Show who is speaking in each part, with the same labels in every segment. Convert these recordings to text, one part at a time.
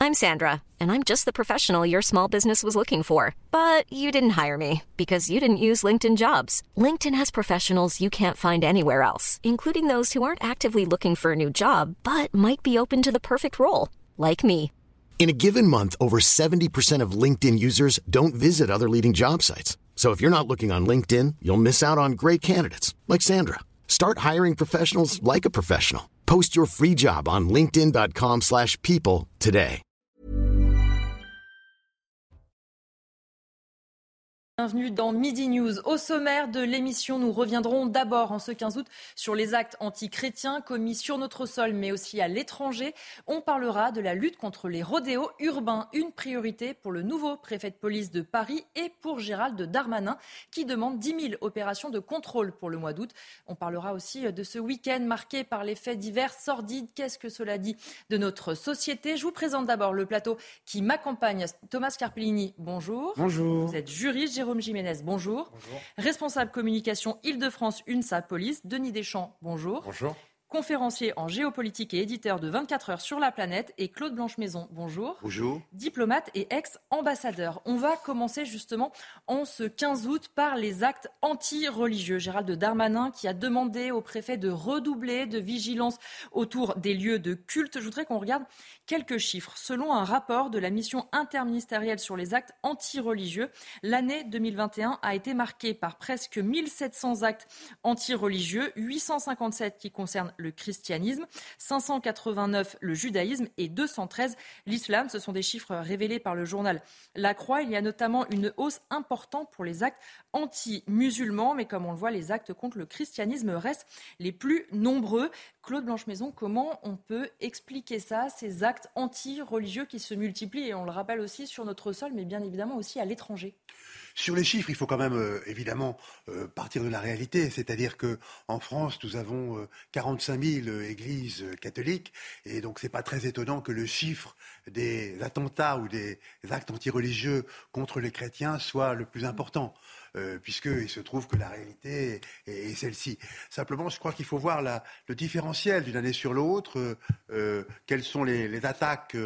Speaker 1: I'm Sandra, and I'm just the professional your small business was looking for. But you didn't hire me because you didn't use LinkedIn Jobs. LinkedIn has professionals you can't find anywhere else, including those who aren't actively looking for a new job, but might be open to the perfect role, like me.
Speaker 2: In a given month, over 70% of LinkedIn users don't visit other leading job sites. So if you're not looking on LinkedIn, you'll miss out on great candidates like Sandra. Start hiring professionals like a professional. Post your free job on linkedin.com/people today.
Speaker 3: Bienvenue dans Midi News. Au sommaire de l'émission, nous reviendrons d'abord en ce 15 août sur les actes anti-chrétiens commis sur notre sol mais aussi à l'étranger. On parlera de la lutte contre les rodéos urbains, une priorité pour le nouveau préfet de police de Paris et pour Gérald Darmanin qui demande 10 000 opérations de contrôle pour le mois d'août. On parlera aussi de ce week-end marqué par les faits divers sordides. Qu'est-ce que cela dit de notre société ? Je vous présente d'abord le plateau qui m'accompagne. Thomas Carpellini, bonjour.
Speaker 4: Bonjour.
Speaker 3: Vous êtes juriste. Jérôme Jiménez, bonjour.
Speaker 4: Bonjour.
Speaker 3: Responsable communication Île-de-France UNSA Police, Denis Deschamps, bonjour.
Speaker 4: Bonjour.
Speaker 3: Conférencier en géopolitique et éditeur de 24 heures sur la planète, et Claude Blanche-Maison, bonjour.
Speaker 4: Bonjour.
Speaker 3: Diplomate et ex-ambassadeur. On va commencer justement en ce 15 août par les actes anti-religieux. Gérald Darmanin qui a demandé au préfet de redoubler de vigilance autour des lieux de culte. Je voudrais qu'on regarde quelques chiffres. Selon un rapport de la mission interministérielle sur les actes anti-religieux, l'année 2021 a été marquée par presque 1700 actes anti-religieux, 857 qui concernent le christianisme, 589 le judaïsme et 213 l'islam. Ce sont des chiffres révélés par le journal La Croix. Il y a notamment une hausse importante pour les actes anti-musulmans, mais comme on le voit, les actes contre le christianisme restent les plus nombreux. Claude Blanche-Maison, comment on peut expliquer ça, ces actes anti-religieux qui se multiplient, et on le rappelle aussi sur notre sol, mais bien évidemment aussi à l'étranger?
Speaker 4: Sur les chiffres, il faut quand même évidemment partir de la réalité, c'est-à-dire que en France, nous avons 45 000 églises catholiques, et donc c'est pas très étonnant que le chiffre des attentats ou des actes antireligieux contre les chrétiens soit le plus important. Puisqu'il se trouve que la réalité est celle-ci. Simplement, je crois qu'il faut voir le différentiel d'une année sur l'autre, quelles sont les attaques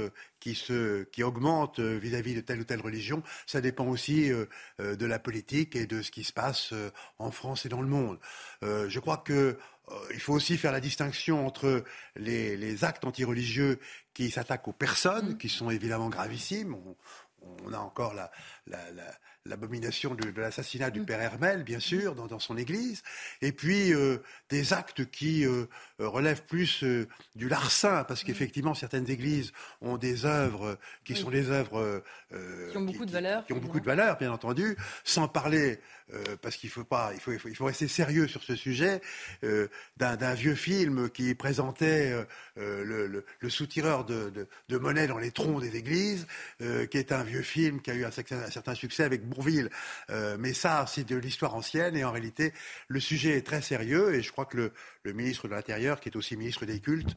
Speaker 4: qui augmentent vis-à-vis de telle ou telle religion. Ça dépend aussi de la politique et de ce qui se passe en France et dans le monde. Je crois que il faut aussi faire la distinction entre les actes antireligieux qui s'attaquent aux personnes, qui sont évidemment gravissimes. On a encore l'abomination de l'assassinat du père Hermel, bien sûr, dans son église, et puis des actes qui relèvent plus du larcin, parce qu'effectivement, certaines églises ont des œuvres qui sont des œuvres
Speaker 3: qui ont beaucoup de valeur.
Speaker 4: Qui ont beaucoup de valeur, bien entendu, sans parler, parce qu'il faut rester sérieux sur ce sujet, d'un vieux film qui présentait le soutireur de monnaie dans les troncs des églises, qui est un vieux film qui a eu un certain succès avec Bourvil. Mais ça, c'est de l'histoire ancienne, et en réalité, le sujet est très sérieux, et je crois que le ministre de l'Intérieur, qui est aussi ministre des cultes,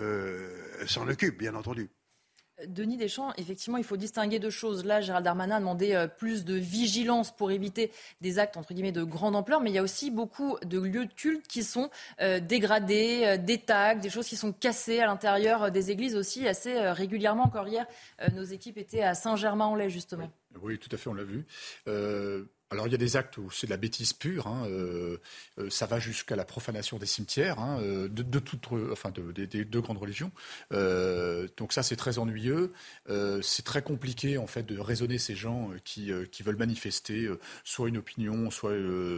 Speaker 4: s'en occupe, bien entendu.
Speaker 3: Denis Deschamps, effectivement, il faut distinguer deux choses. Là, Gérald Darmanin a demandé plus de vigilance pour éviter des actes, entre guillemets, de grande ampleur. Mais il y a aussi beaucoup de lieux de culte qui sont dégradés, des tags, des choses qui sont cassées à l'intérieur des églises aussi assez régulièrement. Encore hier, nos équipes étaient à Saint-Germain-en-Laye, justement.
Speaker 5: Oui, tout à fait, on l'a vu. Alors, il y a des actes où c'est de la bêtise pure. Ça va jusqu'à la profanation des cimetières, des deux grandes religions. Donc ça, c'est très ennuyeux. C'est très compliqué, en fait, de raisonner ces gens qui veulent manifester soit une opinion, soit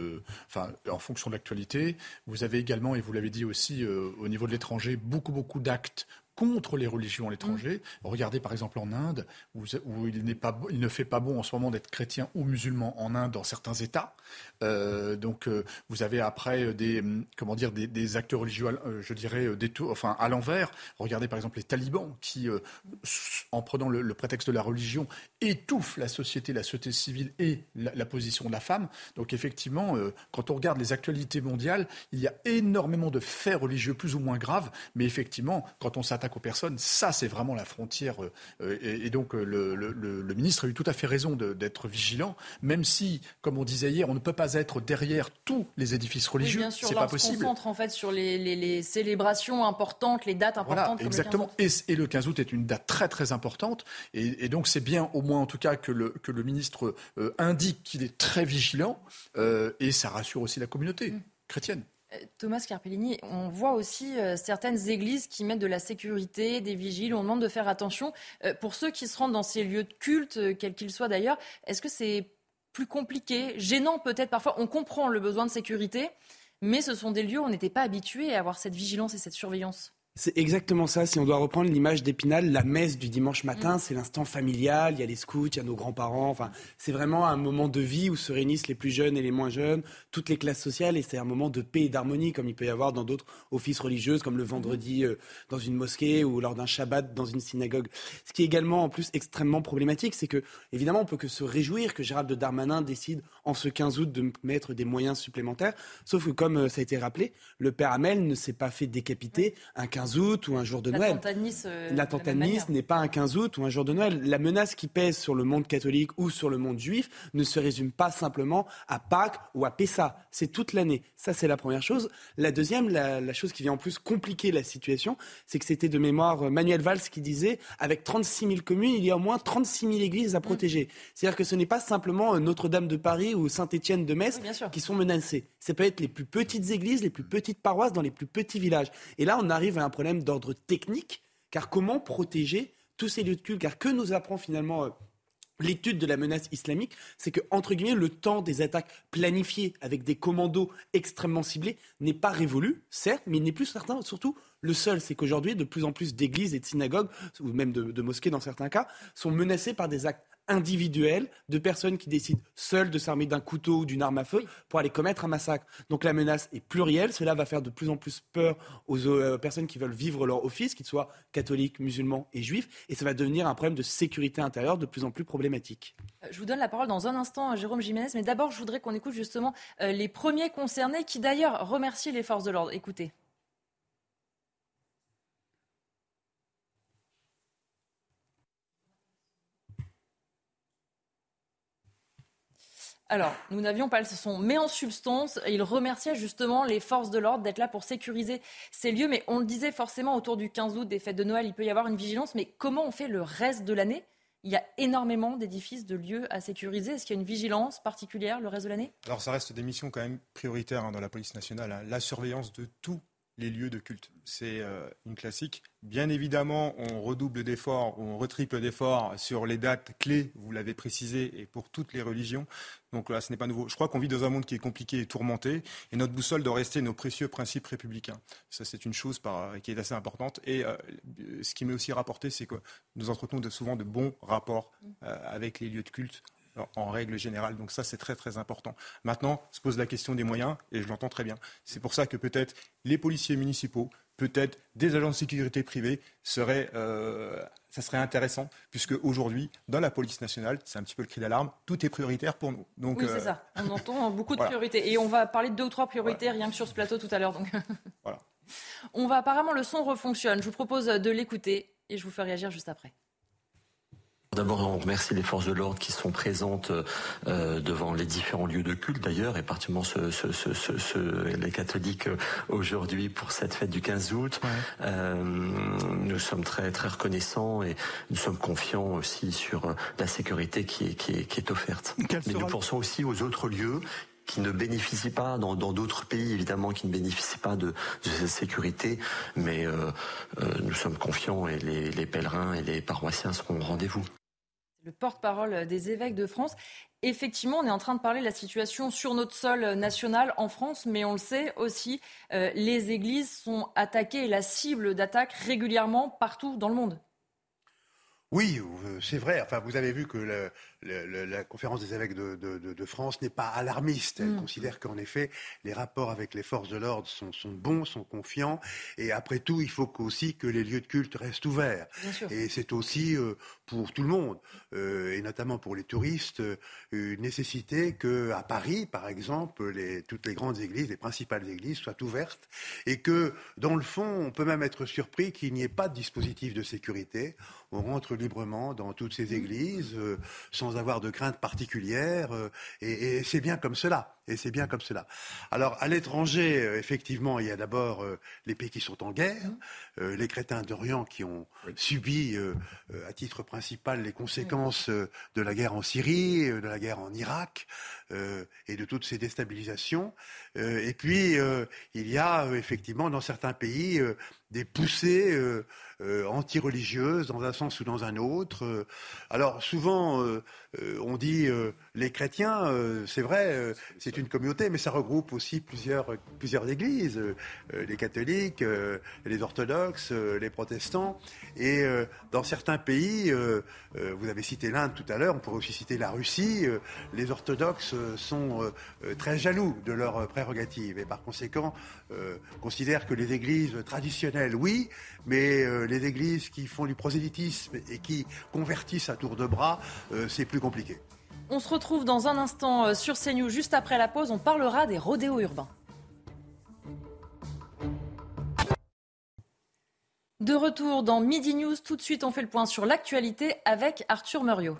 Speaker 5: en fonction de l'actualité. Vous avez également, et vous l'avez dit aussi, au niveau de l'étranger, beaucoup d'actes contre les religions à l'étranger. Regardez par exemple en Inde, où il ne fait pas bon en ce moment d'être chrétien ou musulman en Inde dans certains États. Donc vous avez après des actes religieux, je dirais, à l'envers. Regardez par exemple les talibans qui, en prenant le prétexte de la religion, étouffent la société civile et la position de la femme. Donc effectivement, quand on regarde les actualités mondiales, il y a énormément de faits religieux plus ou moins graves, mais effectivement, quand on s'attaque l'attaque aux personnes, ça c'est vraiment la frontière. Et donc le ministre a eu tout à fait raison d'être vigilant, même si, comme on disait hier, on ne peut pas être derrière tous les édifices religieux. Oui, bien sûr, c'est pas possible.
Speaker 3: On se concentre en fait sur les célébrations importantes, les dates importantes.
Speaker 5: Voilà, exactement. Et le 15 août est une date très très importante. Et donc c'est bien au moins en tout cas que le ministre indique qu'il est très vigilant. Et ça rassure aussi la communauté chrétienne.
Speaker 3: Thomas Scarpellini, on voit aussi certaines églises qui mettent de la sécurité, des vigiles, on demande de faire attention. Pour ceux qui se rendent dans ces lieux de culte, quels qu'ils soient d'ailleurs, est-ce que c'est plus compliqué, gênant peut-être parfois? On comprend le besoin de sécurité, mais ce sont des lieux où on n'était pas habitué à avoir cette vigilance et cette surveillance.
Speaker 6: C'est exactement ça. Si on doit reprendre l'image d'Épinal, la messe du dimanche matin, c'est l'instant familial. Il y a les scouts, il y a nos grands-parents. Enfin, c'est vraiment un moment de vie où se réunissent les plus jeunes et les moins jeunes, toutes les classes sociales. Et c'est un moment de paix et d'harmonie, comme il peut y avoir dans d'autres offices religieuses, comme le vendredi dans une mosquée ou lors d'un Shabbat dans une synagogue. Ce qui est également, en plus, extrêmement problématique, c'est que, évidemment, on peut que se réjouir que Gérald Darmanin décide, en ce 15 août, de mettre des moyens supplémentaires. Sauf que, comme ça a été rappelé, le père Hamel ne s'est pas fait décapiter un 15 août ou un jour de Noël. L'attentat de Nice n'est pas un 15 août ou un jour de Noël. La menace qui pèse sur le monde catholique ou sur le monde juif ne se résume pas simplement à Pâques ou à Pessa. C'est toute l'année. Ça, c'est la première chose. La deuxième, la chose qui vient en plus compliquer la situation, c'est que c'était de mémoire Manuel Valls qui disait « Avec 36 000 communes, il y a au moins 36 000 églises à protéger ». C'est-à-dire que ce n'est pas simplement Notre-Dame de Paris ou Saint-Étienne de Metz qui sont menacées. Ça peut être les plus petites églises, les plus petites paroisses dans les plus petits villages. Et là, on arrive à un problème d'ordre technique, car comment protéger tous ces lieux de culte? Car que nous apprend finalement l'étude de la menace islamique, c'est que, entre guillemets, le temps des attaques planifiées avec des commandos extrêmement ciblés n'est pas révolu, certes, mais il n'est plus certain, surtout le seul, c'est qu'aujourd'hui, de plus en plus d'églises et de synagogues, ou même de mosquées dans certains cas, sont menacées par des actes individuels de personnes qui décident seules de s'armer d'un couteau ou d'une arme à feu pour aller commettre un massacre. Donc la menace est plurielle, cela va faire de plus en plus peur aux personnes qui veulent vivre leur office, qu'ils soient catholiques, musulmans et juifs, et ça va devenir un problème de sécurité intérieure de plus en plus problématique.
Speaker 3: Je vous donne la parole dans un instant, Jérôme Jiménez, mais d'abord je voudrais qu'on écoute justement les premiers concernés qui d'ailleurs remercient les forces de l'ordre. Écoutez. Alors, nous n'avions pas le son, mais en substance, il remerciait justement les forces de l'ordre d'être là pour sécuriser ces lieux. Mais on le disait forcément, autour du 15 août, des fêtes de Noël, il peut y avoir une vigilance. Mais comment on fait le reste de l'année ? Il y a énormément d'édifices, de lieux à sécuriser. Est-ce qu'il y a une vigilance particulière le reste de l'année ?
Speaker 7: Alors, ça reste des missions quand même prioritaires dans la police nationale. La surveillance de tous les lieux de culte. C'est une classique. Bien évidemment, on redouble d'efforts, on retriple d'efforts sur les dates clés, vous l'avez précisé, et pour toutes les religions. Donc là, ce n'est pas nouveau. Je crois qu'on vit dans un monde qui est compliqué et tourmenté, et notre boussole doit rester nos précieux principes républicains. Ça, c'est une chose qui est assez importante. Et ce qui m'est aussi rapporté, c'est que nous entretenons souvent de bons rapports avec les lieux de culte, en règle générale. Donc ça, c'est très, très important. Maintenant, se pose la question des moyens, et je l'entends très bien. C'est pour ça que peut-être les policiers municipaux, peut-être des agents de sécurité privés, ça serait intéressant, puisque aujourd'hui, dans la police nationale, c'est un petit peu le cri d'alarme, tout est prioritaire pour nous. Donc,
Speaker 3: oui, c'est ça. On entend beaucoup de priorités. Et on va parler de 2 ou 3 priorités rien que sur ce plateau tout à l'heure. Donc
Speaker 7: voilà.
Speaker 3: Apparemment, le son refonctionne. Je vous propose de l'écouter et je vous fais réagir juste après.
Speaker 8: D'abord, on remercie les forces de l'ordre qui sont présentes devant les différents lieux de culte d'ailleurs, et particulièrement les catholiques aujourd'hui pour cette fête du 15 août. Ouais. Nous sommes très, très reconnaissants et nous sommes confiants aussi sur la sécurité qui est offerte. Mais nous pensons aussi aux autres lieux qui ne bénéficient pas, dans d'autres pays évidemment, qui ne bénéficient pas de cette sécurité, mais nous sommes confiants et les pèlerins et les paroissiens seront au rendez-vous.
Speaker 3: Le porte-parole des évêques de France. Effectivement, on est en train de parler de la situation sur notre sol national en France, mais on le sait aussi, les églises sont attaquées et la cible d'attaque régulièrement partout dans le monde.
Speaker 4: Oui, c'est vrai. Enfin, vous avez vu que la conférence des évêques de France n'est pas alarmiste. Elle considère qu'en effet, les rapports avec les forces de l'ordre sont bons, sont confiants. Et après tout, il faut aussi que les lieux de culte restent ouverts. Et c'est aussi pour tout le monde, et notamment pour les touristes, une nécessité qu'à Paris, par exemple, toutes les grandes églises, les principales églises soient ouvertes. Et que, dans le fond, on peut même être surpris qu'il n'y ait pas de dispositif de sécurité. On rentre librement dans toutes ces églises sans avoir de crainte particulière et c'est bien comme cela. Alors, à l'étranger, effectivement, il y a d'abord les pays qui sont en guerre, les chrétiens d'Orient qui ont subi, à titre principal, les conséquences de la guerre en Syrie, de la guerre en Irak et de toutes ces déstabilisations. Et puis, il y a effectivement dans certains pays des poussées anti-religieuses dans un sens ou dans un autre. Alors souvent, on dit les chrétiens, c'est vrai, c'est une communauté, mais ça regroupe aussi plusieurs églises, les catholiques, les orthodoxes, les protestants. Et dans certains pays, vous avez cité l'Inde tout à l'heure, on pourrait aussi citer la Russie, les orthodoxes sont très jaloux de leurs prérogatives et par conséquent considèrent que les églises traditionnelles, oui, mais les églises qui font du prosélytisme et qui convertissent à tour de bras, c'est plus compliqué.
Speaker 3: On se retrouve dans un instant sur CNews. Juste après la pause, on parlera des rodéos urbains. De retour dans Midi News, tout de suite on fait le point sur l'actualité avec Arthur Muriot.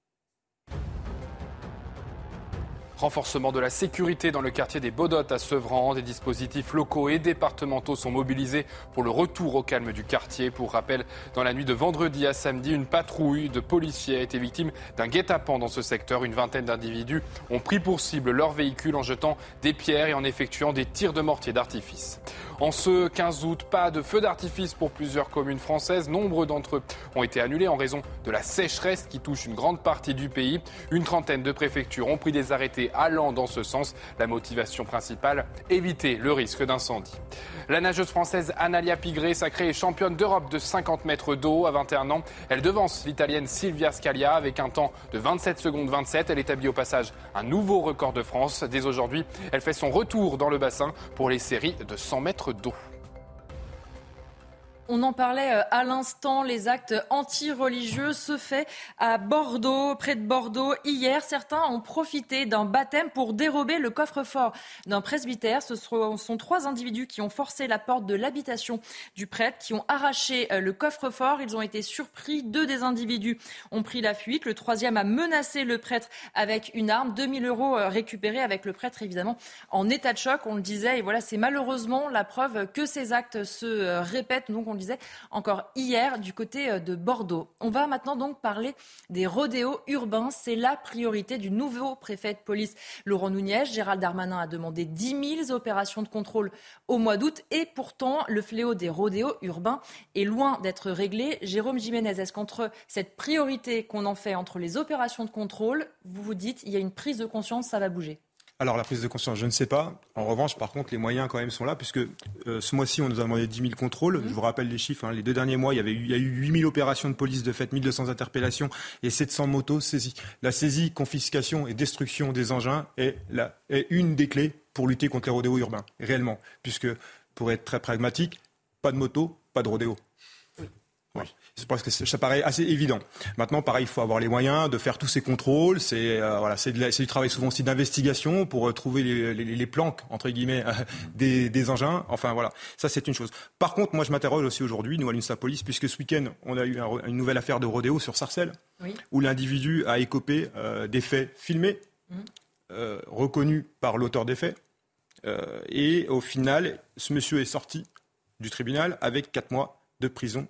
Speaker 9: Renforcement de la sécurité dans le quartier des Baudottes à Sevran. Des dispositifs locaux et départementaux sont mobilisés pour le retour au calme du quartier. Pour rappel, dans la nuit de vendredi à samedi, une patrouille de policiers a été victime d'un guet-apens dans ce secteur. Une vingtaine d'individus ont pris pour cible leur véhicule en jetant des pierres et en effectuant des tirs de mortier d'artifice. En ce 15 août, pas de feux d'artifice pour plusieurs communes françaises. Nombre d'entre eux ont été annulés en raison de la sécheresse qui touche une grande partie du pays. Une trentaine de préfectures ont pris des arrêtés allant dans ce sens. La motivation principale, éviter le risque d'incendie. La nageuse française Analia Pigré, sacrée championne d'Europe de 50 mètres d'eau à 21 ans. Elle devance l'Italienne Silvia Scalia avec un temps de 27 secondes 27. Elle établit au passage un nouveau record de France. Dès aujourd'hui, elle fait son retour dans le bassin pour les séries de 100 mètres d'eau.
Speaker 3: On en parlait à l'instant, les actes anti-religieux se fait à Bordeaux, près de Bordeaux. Hier, certains ont profité d'un baptême pour dérober le coffre-fort d'un presbytère. Ce sont 3 individus qui ont forcé la porte de l'habitation du prêtre, qui ont arraché le coffre-fort. Ils ont été surpris. 2 des individus ont pris la fuite. Le 3e a menacé le prêtre avec une arme. 2 000 € récupérés avec le prêtre, évidemment, en état de choc. On le disait, et voilà, c'est malheureusement la preuve que ces actes se répètent. Donc, on disait encore hier du côté de Bordeaux. On va maintenant donc parler des rodéos urbains. C'est la priorité du nouveau préfet de police Laurent Nunez. Gérald Darmanin a demandé 10 000 opérations de contrôle au mois d'août et pourtant le fléau des rodéos urbains est loin d'être réglé. Jérôme Jiménez, est-ce qu'entre cette priorité qu'on en fait entre les opérations de contrôle, vous vous dites il y a une prise de conscience, ça va bouger ?
Speaker 7: Alors, la prise de conscience, je ne sais pas. En revanche, par contre, les moyens quand même sont là, puisque ce mois-ci, on nous a demandé 10 000 contrôles. Je vous rappelle les chiffres. Les 2 derniers mois, il y a eu 8 000 opérations de police de fait, 1 200 interpellations et 700 motos saisies. La saisie, confiscation et destruction des engins est une des clés pour lutter contre les rodéos urbains, réellement. Puisque, pour être très pragmatique, pas de moto, pas de rodéo. Oui. Je pense que ça paraît assez évident. Maintenant, pareil, il faut avoir les moyens de faire tous ces contrôles. C'est du travail souvent aussi d'investigation pour trouver les planques, entre guillemets, des engins. Enfin, voilà. Ça, c'est une chose. Par contre, moi, je m'interroge aussi aujourd'hui, nous, à l'UNSA Police, puisque ce week-end, on a eu une nouvelle affaire de rodéo sur Sarcelles, où l'individu a écopé des faits filmés, reconnus par l'auteur des faits. Et au final, ce monsieur est sorti du tribunal avec 4 mois de prison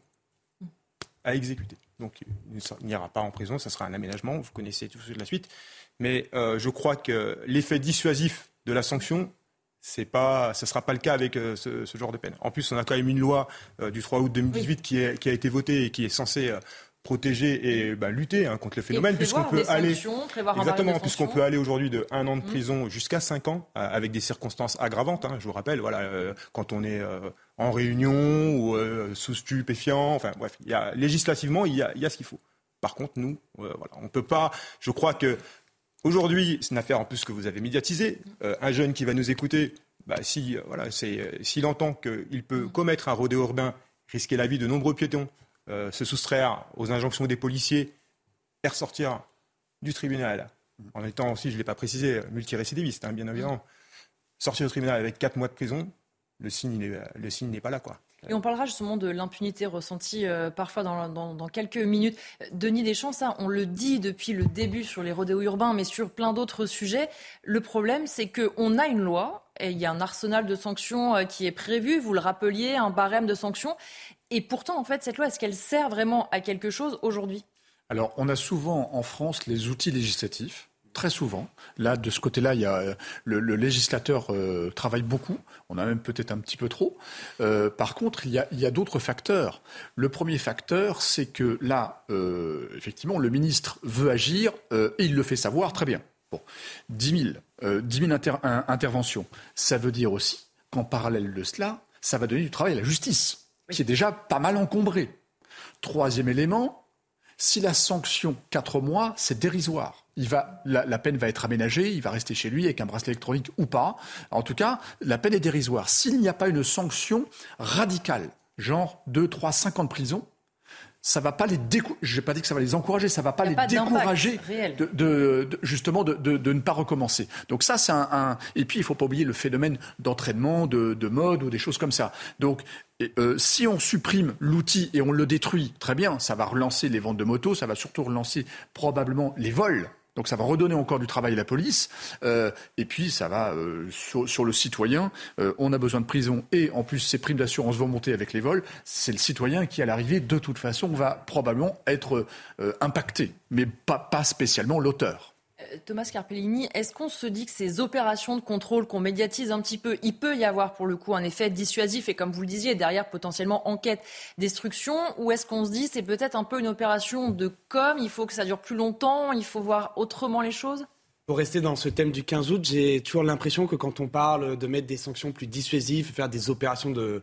Speaker 7: à exécuter. Donc il n'ira pas en prison, ça sera un aménagement, vous connaissez tout de la suite. Mais je crois que l'effet dissuasif de la sanction, ça ne sera pas le cas avec ce genre de peine. En plus, on a quand même une loi du 3 août 2018 qui a été votée et qui est censée protéger et lutter contre le phénomène, puisqu'on peut aller puisqu'on peut aller aujourd'hui de 1 an de prison jusqu'à 5 ans avec des circonstances aggravantes. Je vous rappelle, quand on est en réunion ou sous stupéfiant, enfin bref, législativement il y a ce qu'il faut. Par contre, nous, on ne peut pas. Je crois que aujourd'hui, c'est une affaire en plus que vous avez médiatisée. Un jeune qui va nous écouter, s'il entend qu'il peut commettre un rodéo urbain, risquer la vie de nombreux piétons, se soustraire aux injonctions des policiers et ressortir du tribunal, en étant aussi, je ne l'ai pas précisé, multirécidiviste, bien évidemment, sortir du tribunal avec 4 mois de prison, le signe n'est pas là, quoi.
Speaker 3: Et on parlera justement de l'impunité ressentie parfois dans quelques minutes. Denis Deschamps, ça, on le dit depuis le début sur les rodéos urbains, mais sur plein d'autres sujets. Le problème, c'est qu'on a une loi, et il y a un arsenal de sanctions qui est prévu, vous le rappeliez, un barème de sanctions. Et pourtant, en fait, cette loi, est-ce qu'elle sert vraiment à quelque chose aujourd'hui ?
Speaker 5: Alors, on a souvent en France les outils législatifs. Très souvent. Là, de ce côté-là, il y a, le législateur travaille beaucoup. On a même peut-être un petit peu trop. Par contre, il y a d'autres facteurs. Le premier facteur, c'est que là, effectivement, le ministre veut agir et il le fait savoir très bien. Bon, 10 000 interventions. Ça veut dire aussi qu'en parallèle de cela, ça va donner du travail à la justice, qui est déjà pas mal encombrée. Troisième élément, si la sanction 4 mois, c'est dérisoire. La peine va être aménagée, il va rester chez lui avec un bracelet électronique ou pas. En tout cas, la peine est dérisoire. S'il n'y a pas une sanction radicale, genre 2, 3, 5 ans de prison, ça va pas je n'ai pas dit que ça va les encourager, ça va pas les décourager justement de ne pas recommencer. Donc ça, c'est et puis il faut pas oublier le phénomène d'entraînement, de mode ou des choses comme ça. Donc si on supprime l'outil et on le détruit, très bien, ça va relancer les ventes de motos, ça va surtout relancer probablement les vols. Donc ça va redonner encore du travail à la police. Et puis ça va, sur le citoyen, on a besoin de prison. Et en plus, ces primes d'assurance vont monter avec les vols. C'est le citoyen qui, à l'arrivée, de toute façon, va probablement être impacté. Mais pas spécialement l'auteur.
Speaker 3: Thomas Scarpellini, est-ce qu'on se dit que ces opérations de contrôle qu'on médiatise un petit peu, il peut y avoir pour le coup un effet dissuasif et comme vous le disiez, derrière potentiellement enquête, destruction, ou est-ce qu'on se dit c'est peut-être un peu une opération de com, il faut que ça dure plus longtemps, il faut voir autrement les choses ?
Speaker 6: Pour rester dans ce thème du 15 août, j'ai toujours l'impression que quand on parle de mettre des sanctions plus dissuasives, faire des opérations de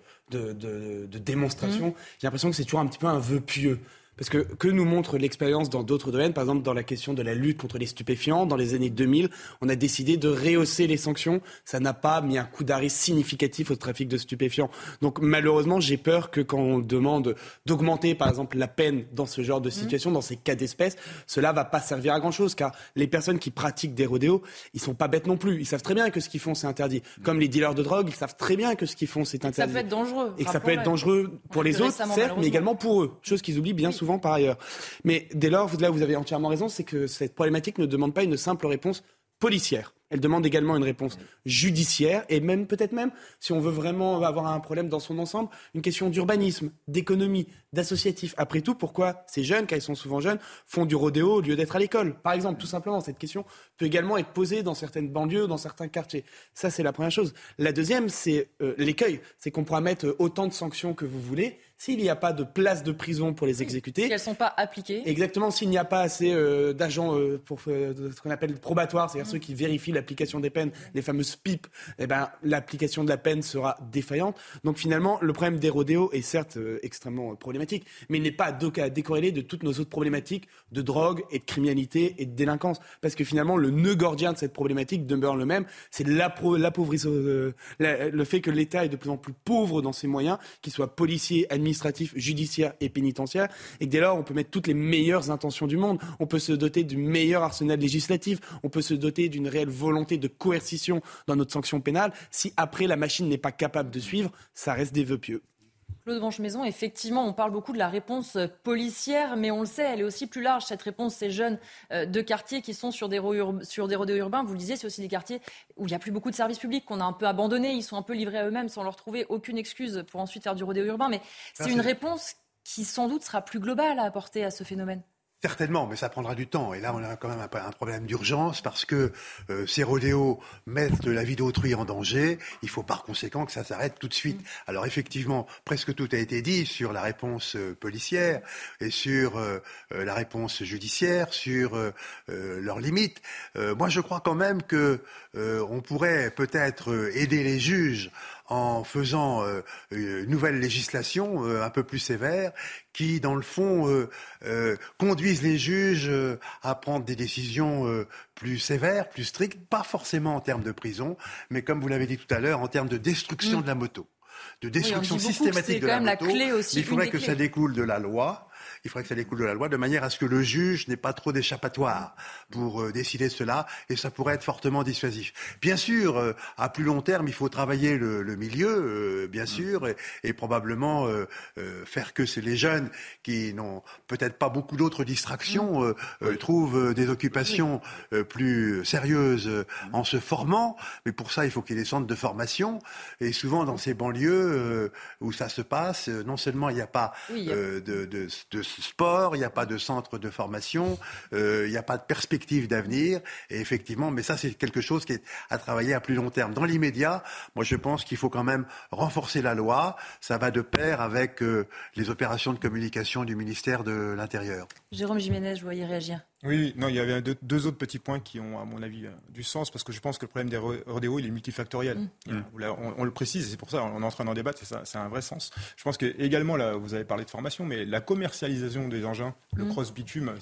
Speaker 6: démonstration, j'ai l'impression que c'est toujours un petit peu un vœu pieux. Parce que nous montre l'expérience dans d'autres domaines, par exemple dans la question de la lutte contre les stupéfiants, dans les années 2000, on a décidé de rehausser les sanctions. Ça n'a pas mis un coup d'arrêt significatif au trafic de stupéfiants. Donc malheureusement, j'ai peur que quand on demande d'augmenter, par exemple, la peine dans ce genre de situation, dans ces cas d'espèce, cela va pas servir à grand-chose, car les personnes qui pratiquent des rodéos, ils sont pas bêtes non plus. Ils savent très bien que ce qu'ils font, c'est interdit. Comme les dealers de drogue, ils savent très bien que ce qu'ils font, c'est interdit.
Speaker 3: Ça peut être dangereux.
Speaker 6: Et que ça peut être dangereux pour les autres, certes, mais également pour eux. Chose qu'ils oublient bien souvent par ailleurs. Mais dès lors, là où vous avez entièrement raison, c'est que cette problématique ne demande pas une simple réponse policière. Elle demande également une réponse judiciaire et même, peut-être même, si on veut vraiment avoir un problème dans son ensemble, une question d'urbanisme, d'économie, d'associatif. Après tout, pourquoi ces jeunes, car ils sont souvent jeunes, font du rodéo au lieu d'être à l'école ? Par exemple, tout simplement, cette question peut également être posée dans certaines banlieues, dans certains quartiers. Ça, c'est la première chose. La deuxième, c'est l'écueil. C'est qu'on pourra mettre autant de sanctions que vous voulez. S'il n'y a pas de place de prison pour les exécuter...
Speaker 3: Si elles ne sont pas appliquées.
Speaker 6: Exactement, s'il n'y a pas assez d'agents pour ce qu'on appelle probatoires, c'est-à-dire ceux qui vérifient l'application des peines, les fameuses PIP, l'application de la peine sera défaillante. Donc finalement, le problème des rodéos est certes extrêmement problématique, mais il n'est pas à décorréler de toutes nos autres problématiques de drogue et de criminalité et de délinquance. Parce que finalement, le nœud gordien de cette problématique demeure le même, c'est l'appauvrissement, le fait que l'État est de plus en plus pauvre dans ses moyens, qu'il soit policier, administratif, judiciaire et pénitentiaire, et que dès lors, on peut mettre toutes les meilleures intentions du monde, on peut se doter du meilleur arsenal législatif, on peut se doter d'une réelle volonté de coercition dans notre sanction pénale. Si après, la machine n'est pas capable de suivre, ça reste des vœux pieux.
Speaker 3: Claude Branche-Maison, effectivement, on parle beaucoup de la réponse policière, mais on le sait, elle est aussi plus large, cette réponse, ces jeunes de quartier qui sont sur des rodéos urbains. Vous le disiez, c'est aussi des quartiers où il n'y a plus beaucoup de services publics, qu'on a un peu abandonnés, ils sont un peu livrés à eux-mêmes sans leur trouver aucune excuse pour ensuite faire du rodéo urbain. Mais c'est une réponse qui, sans doute, sera plus globale à apporter à ce phénomène.
Speaker 4: Certainement, mais ça prendra du temps. Et là, on a quand même un problème d'urgence parce que ces rodéos mettent la vie d'autrui en danger. Il faut par conséquent que ça s'arrête tout de suite. Alors effectivement, presque tout a été dit sur la réponse policière et sur la réponse judiciaire, sur leurs limites. Moi, je crois quand même que on pourrait peut-être aider les juges en faisant une nouvelle législation un peu plus sévère qui, dans le fond, conduisent les juges à prendre des décisions plus sévères, plus strictes, pas forcément en termes de prison, mais comme vous l'avez dit tout à l'heure, en termes de destruction de la moto, de destruction systématique de la moto. Il faudrait que ça découle de la loi. Il faudrait que ça découle de la loi de manière à ce que le juge n'ait pas trop d'échappatoire pour décider de cela, et ça pourrait être fortement dissuasif. Bien sûr, à plus long terme, il faut travailler le milieu, bien sûr, et probablement faire que les jeunes qui n'ont peut-être pas beaucoup d'autres distractions trouvent des occupations plus sérieuses en se formant. Mais pour ça, il faut qu'il y ait des centres de formation. Et souvent, dans ces banlieues où ça se passe, non seulement il n'y a pas de sport, il n'y a pas de centre de formation, il n'y a pas de perspective d'avenir, et effectivement, mais ça c'est quelque chose qui est à travailler à plus long terme. Dans l'immédiat, moi je pense qu'il faut quand même renforcer la loi, ça va de pair avec les opérations de communication du ministère de l'Intérieur.
Speaker 3: Jérôme Jiménez, je voyais réagir.
Speaker 7: Oui, non, il y avait deux autres petits points qui ont, à mon avis, du sens, parce que je pense que le problème des rodéos, il est multifactoriel. On le précise, et c'est pour ça qu'on est en train d'en débattre, c'est un vrai sens. Je pense que également, là, vous avez parlé de formation, mais la commercialisation des engins, le cross-bitume,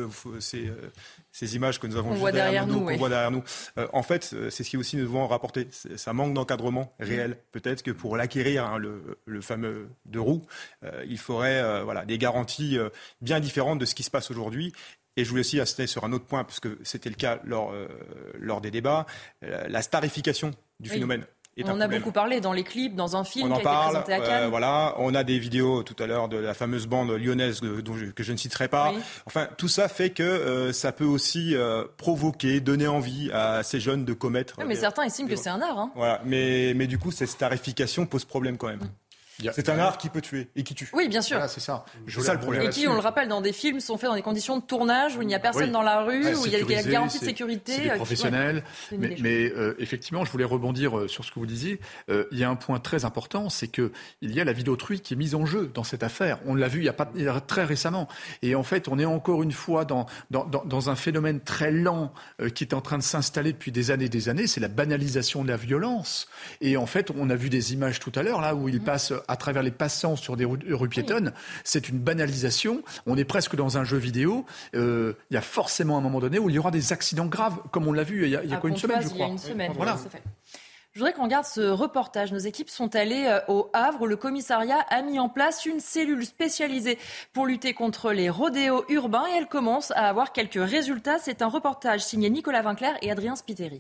Speaker 7: ces images que nous avons
Speaker 3: qu'on voit derrière nous.
Speaker 7: En fait, c'est ce qui aussi nous devons rapporter. Ça manque d'encadrement réel. Peut-être que pour l'acquérir, le fameux deux roues, il faudrait des garanties bien différentes de ce qui se passe aujourd'hui. Et je voulais aussi insister sur un autre point, parce que c'était le cas lors des débats, la starification du phénomène.
Speaker 3: On en a beaucoup parlé dans les clips, dans un film qui a été présenté à Cannes.
Speaker 7: On a des vidéos tout à l'heure de la fameuse bande lyonnaise que je ne citerai pas. Oui. Enfin, tout ça fait que ça peut aussi provoquer, donner envie à ces jeunes de commettre.
Speaker 3: Oui, mais certains estiment que c'est un art.
Speaker 7: Voilà. Mais du coup, cette starification pose problème quand même. C'est un art qui peut tuer et qui tue.
Speaker 3: Oui, bien sûr.
Speaker 5: Voilà, c'est ça.
Speaker 7: C'est ça le problème.
Speaker 3: Et qui, on le rappelle, dans des films, sont faits dans des conditions de tournage où il n'y a personne dans la rue, où il y a des garanties de sécurité.
Speaker 5: C'est des professionnels. Mais effectivement, je voulais rebondir sur ce que vous disiez. Il y a un point très important, c'est qu'il y a la vie d'autrui qui est mise en jeu dans cette affaire. On l'a vu il y a très récemment. Et en fait, on est encore une fois dans un phénomène très lent qui est en train de s'installer depuis des années. C'est la banalisation de la violence. Et en fait, on a vu des images tout à l'heure, là, où il passe à travers les passants sur des rues piétonnes. C'est une banalisation. On est presque dans un jeu vidéo. Il y a forcément un moment donné où il y aura des accidents graves, comme on l'a vu il y a quoi, une semaine, je crois.
Speaker 3: Il y a une semaine,
Speaker 5: voilà.
Speaker 3: C'est fait. Je voudrais qu'on regarde ce reportage. Nos équipes sont allées au Havre où le commissariat a mis en place une cellule spécialisée pour lutter contre les rodéos urbains et elle commence à avoir quelques résultats. C'est un reportage signé Nicolas Vinclair et Adrien Spiteri.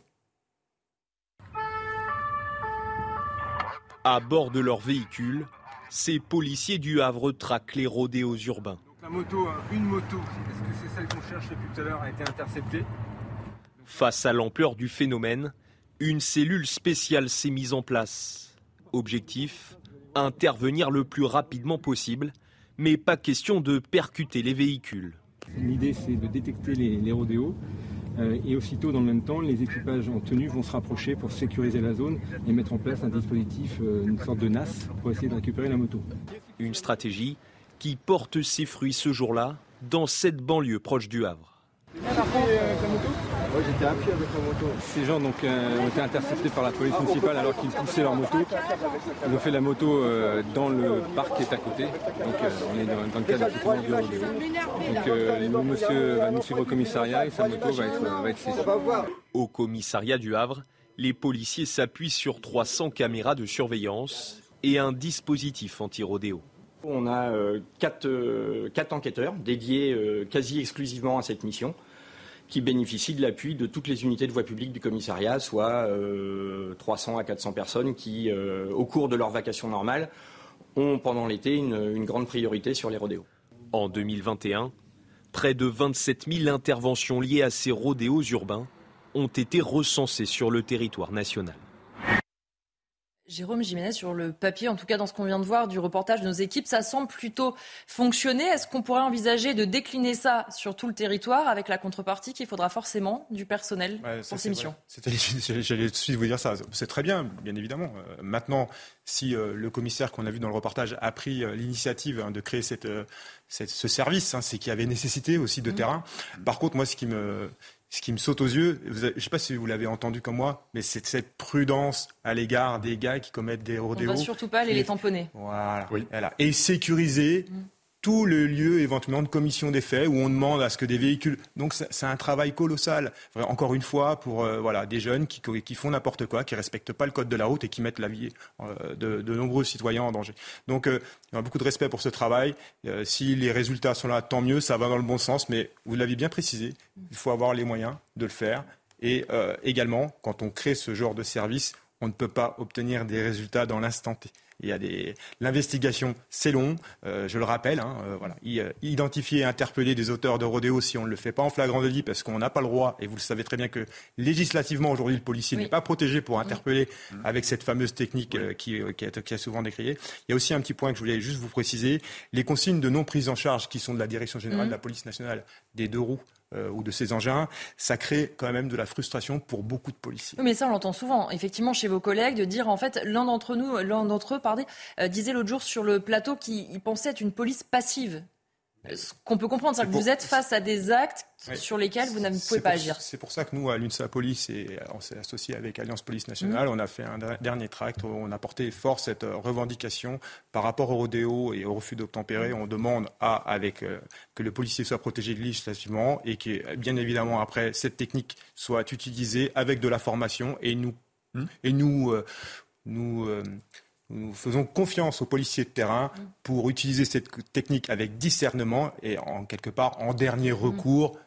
Speaker 10: À bord de leur véhicule, ces policiers du Havre traquent les rodéos urbains.
Speaker 11: Donc une moto, est-ce que c'est celle qu'on cherche depuis tout à l'heure, a été interceptée?
Speaker 10: Face à l'ampleur du phénomène, une cellule spéciale s'est mise en place. Objectif, intervenir le plus rapidement possible, mais pas question de percuter les véhicules.
Speaker 11: L'idée, c'est de détecter les rodéos. Et aussitôt, dans le même temps, les équipages en tenue vont se rapprocher pour sécuriser la zone et mettre en place un dispositif, une sorte de NAS, pour essayer de récupérer la moto.
Speaker 10: Une stratégie qui porte ses fruits ce jour-là dans cette banlieue proche du Havre.
Speaker 11: Oui, j'étais à pied avec la moto. Ces gens ont été interceptés par la police municipale alors qu'ils poussaient leur moto. Ils ont fait la moto dans le parc qui est à côté. Donc on est dans le cadre effectivement du rodéo. Donc le monsieur va nous suivre au commissariat et sa moto va être saisie.
Speaker 10: Au commissariat du Havre, les policiers s'appuient sur 300 caméras de surveillance et un dispositif anti-rodéo.
Speaker 12: On a 4 enquêteurs dédiés quasi exclusivement à cette mission, qui bénéficient de l'appui de toutes les unités de voie publique du commissariat, soit 300 à 400 personnes qui, au cours de leur vacation normale, ont pendant l'été une grande priorité sur les rodéos.
Speaker 10: En 2021, près de 27 000 interventions liées à ces rodéos urbains ont été recensées sur le territoire national.
Speaker 3: Jérôme Jiménez, sur le papier, en tout cas dans ce qu'on vient de voir du reportage de nos équipes, ça semble plutôt fonctionner. Est-ce qu'on pourrait envisager de décliner ça sur tout le territoire avec la contrepartie qu'il faudra forcément du personnel pour ces missions?
Speaker 7: J'allais tout de suite vous dire ça. C'est très bien évidemment. Maintenant, si le commissaire qu'on a vu dans le reportage a pris l'initiative de créer ce service, c'est qu'il y avait nécessité aussi de terrain. Par contre, moi, ce qui me saute aux yeux, je ne sais pas si vous l'avez entendu comme moi, mais c'est cette prudence à l'égard des gars qui commettent des rodéos.
Speaker 3: On ne va surtout pas aller les tamponner.
Speaker 7: Voilà. Oui. Et sécuriser tout le lieu éventuellement de commission des faits où on demande à ce que des véhicules... Donc c'est un travail colossal, encore une fois, pour des jeunes qui font n'importe quoi, qui ne respectent pas le code de la route et qui mettent la vie de nombreux citoyens en danger. Donc il y a beaucoup de respect pour ce travail. Si les résultats sont là, tant mieux, ça va dans le bon sens, mais vous l'avez bien précisé, il faut avoir les moyens de le faire. Et également, quand on crée ce genre de service, on ne peut pas obtenir des résultats dans l'instant T. L'investigation, c'est long, je le rappelle. Identifier et interpeller des auteurs de rodéo, si on ne le fait pas en flagrant délit, parce qu'on n'a pas le droit, et vous le savez très bien que législativement, aujourd'hui, le policier n'est pas protégé pour interpeller avec cette fameuse technique qui a souvent décriée. Il y a aussi un petit point que je voulais juste vous préciser. Les consignes de non prise en charge qui sont de la Direction générale de la police nationale des deux roues, ou de ces engins, ça crée quand même de la frustration pour beaucoup de policiers.
Speaker 3: Oui, mais ça, on l'entend souvent, effectivement, chez vos collègues, de dire, en fait, l'un d'entre eux, disait l'autre jour sur le plateau qu'il pensait être une police passive. Ce qu'on peut comprendre, c'est que vous êtes face à des actes sur lesquels vous ne pouvez pas agir.
Speaker 7: C'est pour ça que nous, à l'UNSA Police, on s'est associé avec Alliance Police Nationale, on a fait un dernier tract où on a porté fort cette revendication par rapport au rodéo et au refus d'obtempérer. On demande que le policier soit protégé législativement et que, bien évidemment, après, cette technique soit utilisée avec de la formation nous faisons confiance aux policiers de terrain pour utiliser cette technique avec discernement et quelque part en dernier recours.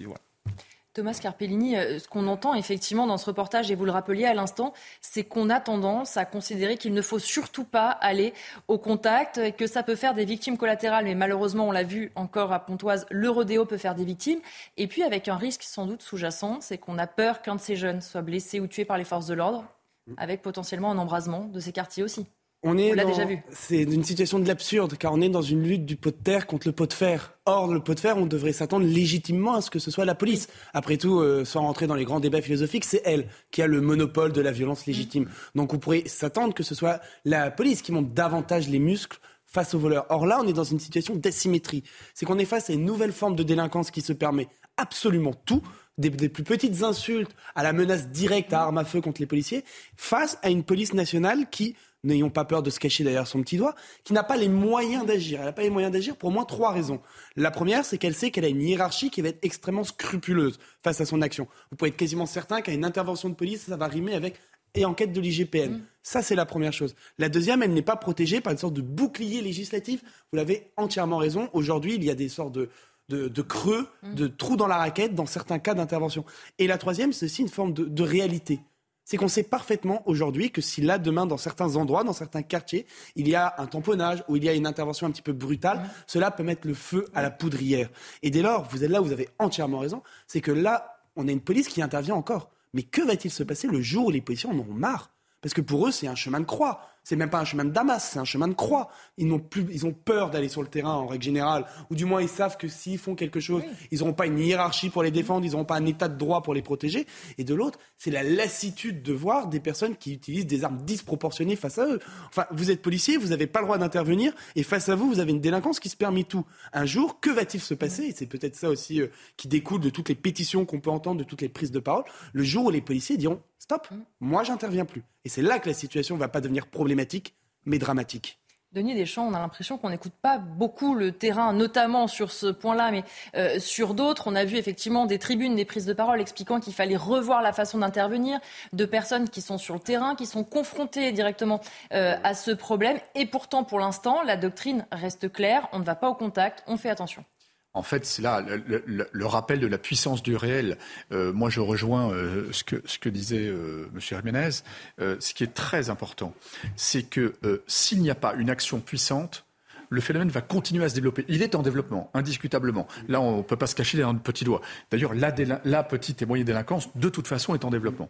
Speaker 3: Thomas Scarpellini, ce qu'on entend effectivement dans ce reportage, et vous le rappeliez à l'instant, c'est qu'on a tendance à considérer qu'il ne faut surtout pas aller au contact, et que ça peut faire des victimes collatérales. Mais malheureusement, on l'a vu encore à Pontoise, le rodéo peut faire des victimes. Et puis avec un risque sans doute sous-jacent, c'est qu'on a peur qu'un de ces jeunes soit blessé ou tué par les forces de l'ordre, avec potentiellement un embrasement de ces quartiers aussi. On l'a déjà vu.
Speaker 6: C'est une situation de l'absurde, car on est dans une lutte du pot de terre contre le pot de fer. Or, le pot de fer, on devrait s'attendre légitimement à ce que ce soit la police. Après tout, sans rentrer dans les grands débats philosophiques, c'est elle qui a le monopole de la violence légitime. Donc on pourrait s'attendre que ce soit la police qui monte davantage les muscles face aux voleurs. Or là, on est dans une situation d'asymétrie. C'est qu'on est face à une nouvelle forme de délinquance qui se permet absolument tout, des plus petites insultes à la menace directe à arme à feu contre les policiers, face à une police nationale qui, n'ayons pas peur de se cacher derrière son petit doigt, qui n'a pas les moyens d'agir. Elle n'a pas les moyens d'agir pour au moins 3 raisons. La première, c'est qu'elle sait qu'elle a une hiérarchie qui va être extrêmement scrupuleuse face à son action. Vous pouvez être quasiment certain qu'à une intervention de police, ça va rimer avec « et enquête de l'IGPN ». Ça, c'est la première chose. La deuxième, elle n'est pas protégée par une sorte de bouclier législatif. Vous l'avez entièrement raison. Aujourd'hui, il y a des sortes de creux, de trous dans la raquette dans certains cas d'intervention. Et la troisième, c'est aussi une forme de réalité. C'est qu'on sait parfaitement aujourd'hui que si là, demain, dans certains endroits, dans certains quartiers, il y a un tamponnage ou il y a une intervention un petit peu brutale, cela peut mettre le feu à la poudrière. Et dès lors, vous êtes là, vous avez entièrement raison, c'est que là, on a une police qui intervient encore. Mais que va-t-il se passer le jour où les policiers en auront marre ? Parce que pour eux, c'est un chemin de croix. C'est même pas un chemin de Damas, c'est un chemin de croix. Ils ont peur d'aller sur le terrain en règle générale. Ou du moins, ils savent que s'ils font quelque chose, ils n'auront pas une hiérarchie pour les défendre, ils n'auront pas un état de droit pour les protéger. Et de l'autre, c'est la lassitude de voir des personnes qui utilisent des armes disproportionnées face à eux. Enfin, vous êtes policier, vous n'avez pas le droit d'intervenir, et face à vous, vous avez une délinquance qui se permet tout. Un jour, que va-t-il se passer ? Et c'est peut-être ça aussi qui découle de toutes les pétitions qu'on peut entendre, de toutes les prises de parole. Le jour où les policiers diront « Stop, moi j'interviens plus ». Et c'est là que la situation ne va pas devenir problématique, mais dramatique.
Speaker 3: Denis Deschamps, on a l'impression qu'on n'écoute pas beaucoup le terrain, notamment sur ce point-là, mais sur d'autres. On a vu effectivement des tribunes, des prises de parole expliquant qu'il fallait revoir la façon d'intervenir de personnes qui sont sur le terrain, qui sont confrontées directement à ce problème. Et pourtant, pour l'instant, la doctrine reste claire. On ne va pas au contact, on fait attention.
Speaker 5: En fait, c'est là le rappel de la puissance du réel. Moi, je rejoins ce que disait M. Jiménez. Ce qui est très important, c'est que s'il n'y a pas une action puissante, le phénomène va continuer à se développer. Il est en développement, indiscutablement. Là, on ne peut pas se cacher derrière notre petit doigt. D'ailleurs, la petite et moyenne délinquance, de toute façon, est en développement.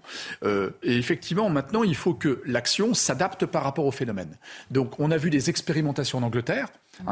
Speaker 5: Et effectivement, maintenant, il faut que l'action s'adapte par rapport au phénomène. Donc, on a vu des expérimentations en Angleterre.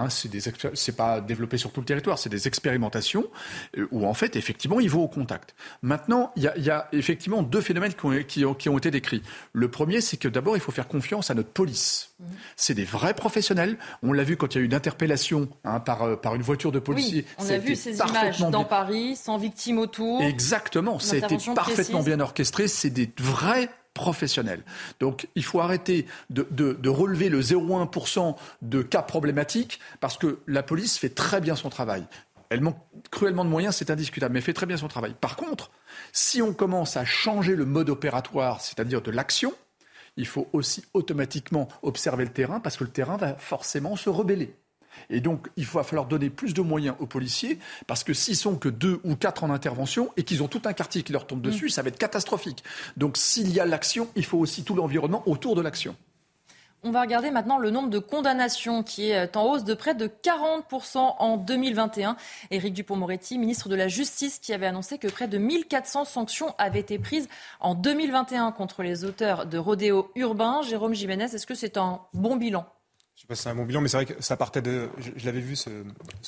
Speaker 5: C'est pas développé sur tout le territoire, c'est des expérimentations où, en fait, effectivement, ils vont au contact. Maintenant, il y a effectivement 2 phénomènes qui ont été décrits. Le premier, c'est que d'abord, il faut faire confiance à notre police. C'est des vrais professionnels. On l'a vu quand il y a eu une interpellation par une voiture de policier.
Speaker 3: Oui, on a vu ces images dans Paris, sans victime autour.
Speaker 5: Exactement, ça a été parfaitement bien orchestré. C'est des vrais professionnels. Donc il faut arrêter de relever le 0,1% de cas problématiques parce que la police fait très bien son travail. Elle manque cruellement de moyens, c'est indiscutable, mais elle fait très bien son travail. Par contre, si on commence à changer le mode opératoire, c'est-à-dire de l'action, il faut aussi automatiquement observer le terrain parce que le terrain va forcément se rebeller. Et donc, il va falloir donner plus de moyens aux policiers parce que s'ils sont que 2 ou 4 en intervention et qu'ils ont tout un quartier qui leur tombe dessus, ça va être catastrophique. Donc, s'il y a l'action, il faut aussi tout l'environnement autour de l'action.
Speaker 3: On va regarder maintenant le nombre de condamnations qui est en hausse de près de 40% en 2021. Éric Dupond-Moretti, ministre de la Justice, qui avait annoncé que près de 1400 sanctions avaient été prises en 2021 contre les auteurs de rodéos urbains. Jérôme Jiménez, est-ce que c'est un bon bilan ?
Speaker 7: Je ne sais pas si c'est un bon bilan, mais c'est vrai que ça partait de... Je l'avais vu, ça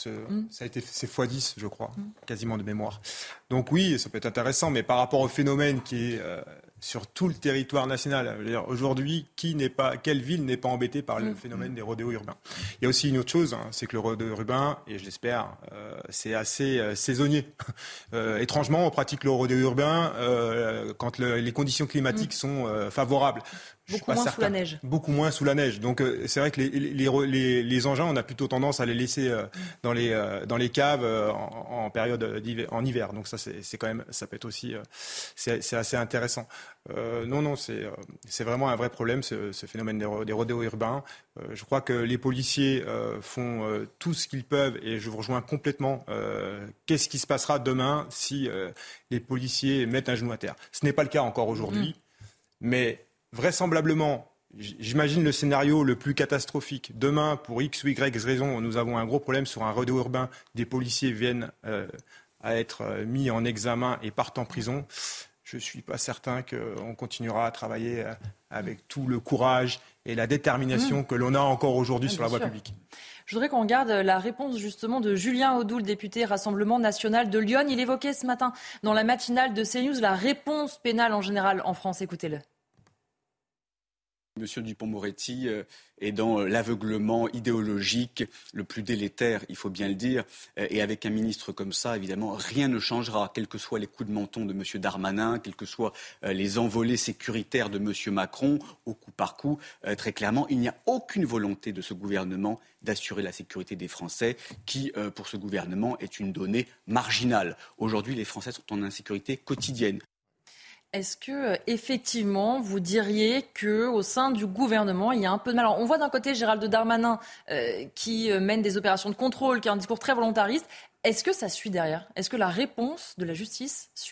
Speaker 7: a été c'est x10, je crois, quasiment de mémoire. Donc oui, ça peut être intéressant, mais par rapport au phénomène qui est sur tout le territoire national, je veux dire, aujourd'hui, quelle ville n'est pas embêtée par le phénomène des rodéos urbains ? Il y a aussi une autre chose, c'est que le rodéo urbain, et je l'espère, c'est assez saisonnier. Étrangement, on pratique le rodéo urbain quand les conditions climatiques sont favorables.
Speaker 3: Beaucoup moins sous la neige.
Speaker 7: Beaucoup moins sous la neige. Donc c'est vrai que les engins, on a plutôt tendance à les laisser dans les caves en période en hiver. Donc ça c'est quand même, ça peut être aussi c'est assez intéressant. Non, c'est vraiment un vrai problème ce phénomène des rodéos urbains. Je crois que les policiers font tout ce qu'ils peuvent et je vous rejoins complètement. Qu'est-ce qui se passera demain si les policiers mettent un genou à terre ? Ce n'est pas le cas encore aujourd'hui, mais vraisemblablement, j'imagine le scénario le plus catastrophique. Demain, pour X ou Y raison, nous avons un gros problème sur un rodéo urbain. Des policiers viennent à être mis en examen et partent en prison. Je ne suis pas certain qu'on continuera à travailler avec tout le courage et la détermination que l'on a encore aujourd'hui sur la voie publique.
Speaker 3: Je voudrais qu'on regarde la réponse justement de Julien Audoul, le député Rassemblement National de Lyon. Il évoquait ce matin dans la matinale de CNews la réponse pénale en général en France. Écoutez-le.
Speaker 13: Monsieur Dupond-Moretti est dans l'aveuglement idéologique le plus délétère, il faut bien le dire. Et avec un ministre comme ça, évidemment, rien ne changera, quels que soient les coups de menton de monsieur Darmanin, quels que soient les envolées sécuritaires de monsieur Macron, au coup par coup. Très clairement, il n'y a aucune volonté de ce gouvernement d'assurer la sécurité des Français, qui, pour ce gouvernement, est une donnée marginale. Aujourd'hui, les Français sont en insécurité quotidienne.
Speaker 3: Est-ce que effectivement vous diriez que au sein du gouvernement il y a un peu de mal ? Alors, on voit d'un côté Gérald Darmanin qui mène des opérations de contrôle, qui a un discours très volontariste. Est-ce que ça suit derrière ? Est-ce que la réponse de la justice suit ?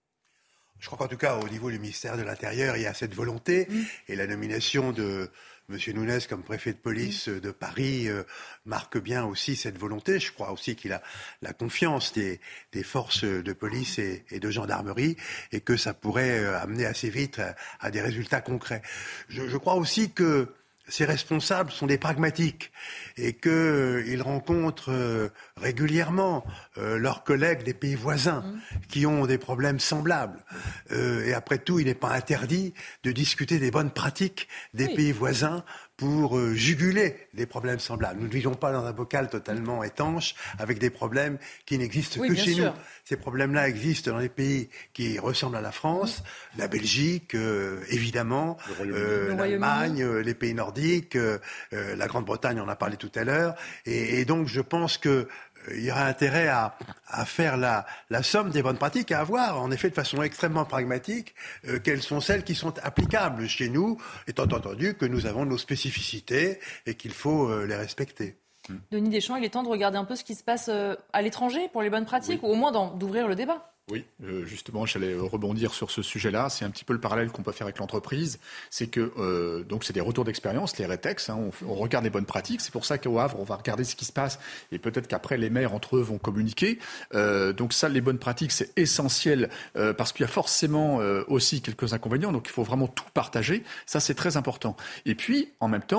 Speaker 4: Je crois qu'en tout cas au niveau du ministère de l'Intérieur il y a cette volonté et la nomination de M. Nunes comme préfet de police de Paris marque bien aussi cette volonté. Je crois aussi qu'il a la confiance des forces de police et de gendarmerie et que ça pourrait amener assez vite à des résultats concrets. Je crois aussi que ces responsables sont des pragmatiques et qu'ils rencontrent régulièrement leurs collègues des pays voisins qui ont des problèmes semblables. Et après tout, il n'est pas interdit de discuter des bonnes pratiques des pays voisins pour juguler des problèmes semblables. Nous ne vivons pas dans un bocal totalement étanche avec des problèmes qui n'existent que chez nous. Ces problèmes-là existent dans les pays qui ressemblent à la France, la Belgique, évidemment, l'Allemagne, les pays nordiques, la Grande-Bretagne, on en a parlé tout à l'heure. Et donc je pense que il y aura intérêt à faire la somme des bonnes pratiques, à avoir en effet de façon extrêmement pragmatique quelles sont celles qui sont applicables chez nous, étant entendu que nous avons nos spécificités et qu'il faut les respecter.
Speaker 3: Denis Deschamps, il est temps de regarder un peu ce qui se passe à l'étranger pour les bonnes pratiques, ou au moins d'ouvrir le débat.
Speaker 5: Oui, justement, j'allais rebondir sur ce sujet-là. C'est un petit peu le parallèle qu'on peut faire avec l'entreprise. C'est que donc c'est des retours d'expérience, les rétex. On regarde les bonnes pratiques. C'est pour ça qu'au Havre, on va regarder ce qui se passe et peut-être qu'après les maires entre eux vont communiquer. Donc ça, les bonnes pratiques, c'est essentiel parce qu'il y a forcément aussi quelques inconvénients. Donc il faut vraiment tout partager. Ça, c'est très important. Et puis, en même temps,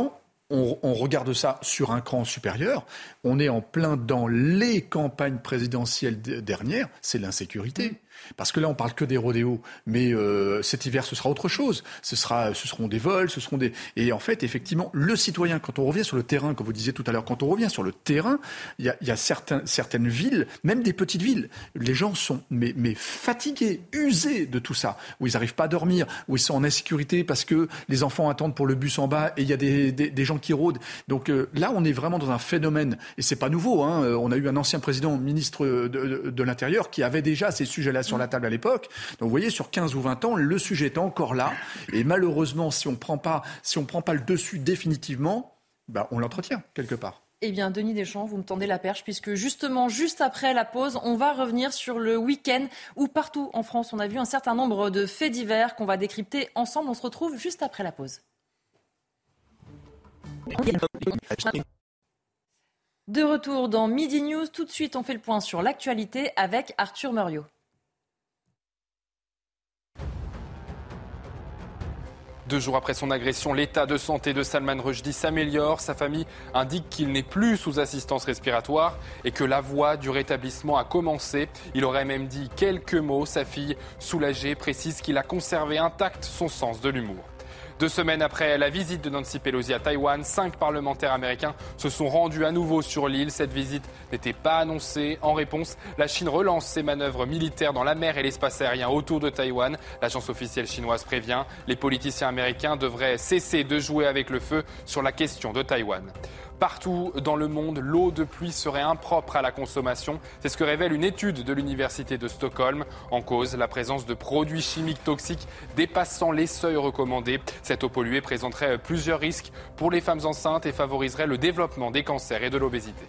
Speaker 5: on regarde ça sur un cran supérieur. On est en plein dans les campagnes présidentielles dernières, c'est l'insécurité. Parce que là, on parle que des rodéos, mais cet hiver, ce sera autre chose. Ce seront des vols, Et en fait, effectivement, le citoyen, quand on revient sur le terrain, comme vous disiez tout à l'heure, quand on revient sur le terrain, il y a certaines villes, même des petites villes, les gens sont mais fatigués, usés de tout ça, où ils n'arrivent pas à dormir, où ils sont en insécurité parce que les enfants attendent pour le bus en bas et il y a des gens qui rôdent. Donc là, on est vraiment dans un phénomène, et c'est pas nouveau. On a eu un ancien président, ministre de l'Intérieur, qui avait déjà ces sujets-là sur la table à l'époque. Donc vous voyez, sur 15 ou 20 ans, le sujet est encore là. Et malheureusement, si on prend pas le dessus définitivement, on l'entretient quelque part.
Speaker 3: Eh bien, Denis Deschamps, vous me tendez la perche, puisque justement, juste après la pause, on va revenir sur le week-end où partout en France, on a vu un certain nombre de faits divers qu'on va décrypter ensemble. On se retrouve juste après la pause. De retour dans Midi News, tout de suite, on fait le point sur l'actualité avec Arthur Muriot.
Speaker 9: Deux jours après son agression, l'état de santé de Salman Rushdie s'améliore. Sa famille indique qu'il n'est plus sous assistance respiratoire et que la voie du rétablissement a commencé. Il aurait même dit quelques mots. Sa fille, soulagée, précise qu'il a conservé intact son sens de l'humour. 2 semaines après la visite de Nancy Pelosi à Taïwan, 5 parlementaires américains se sont rendus à nouveau sur l'île. Cette visite n'était pas annoncée. En réponse, la Chine relance ses manœuvres militaires dans la mer et l'espace aérien autour de Taïwan. L'agence officielle chinoise prévient, les politiciens américains devraient cesser de jouer avec le feu sur la question de Taïwan. Partout dans le monde, l'eau de pluie serait impropre à la consommation. C'est ce que révèle une étude de l'université de Stockholm. En cause, la présence de produits chimiques toxiques dépassant les seuils recommandés. Cette eau polluée présenterait plusieurs risques pour les femmes enceintes et favoriserait le développement des cancers et de l'obésité.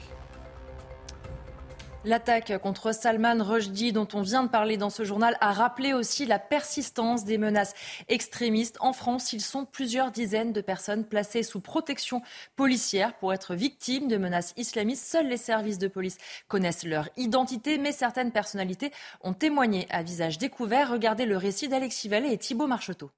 Speaker 3: L'attaque contre Salman Rushdie, dont on vient de parler dans ce journal, a rappelé aussi la persistance des menaces extrémistes. En France, ils sont plusieurs dizaines de personnes placées sous protection policière pour être victimes de menaces islamistes. Seuls les services de police connaissent leur identité, mais certaines personnalités ont témoigné à visage découvert. Regardez le récit d'Alexis Vallée et Thibaut Marcheteau.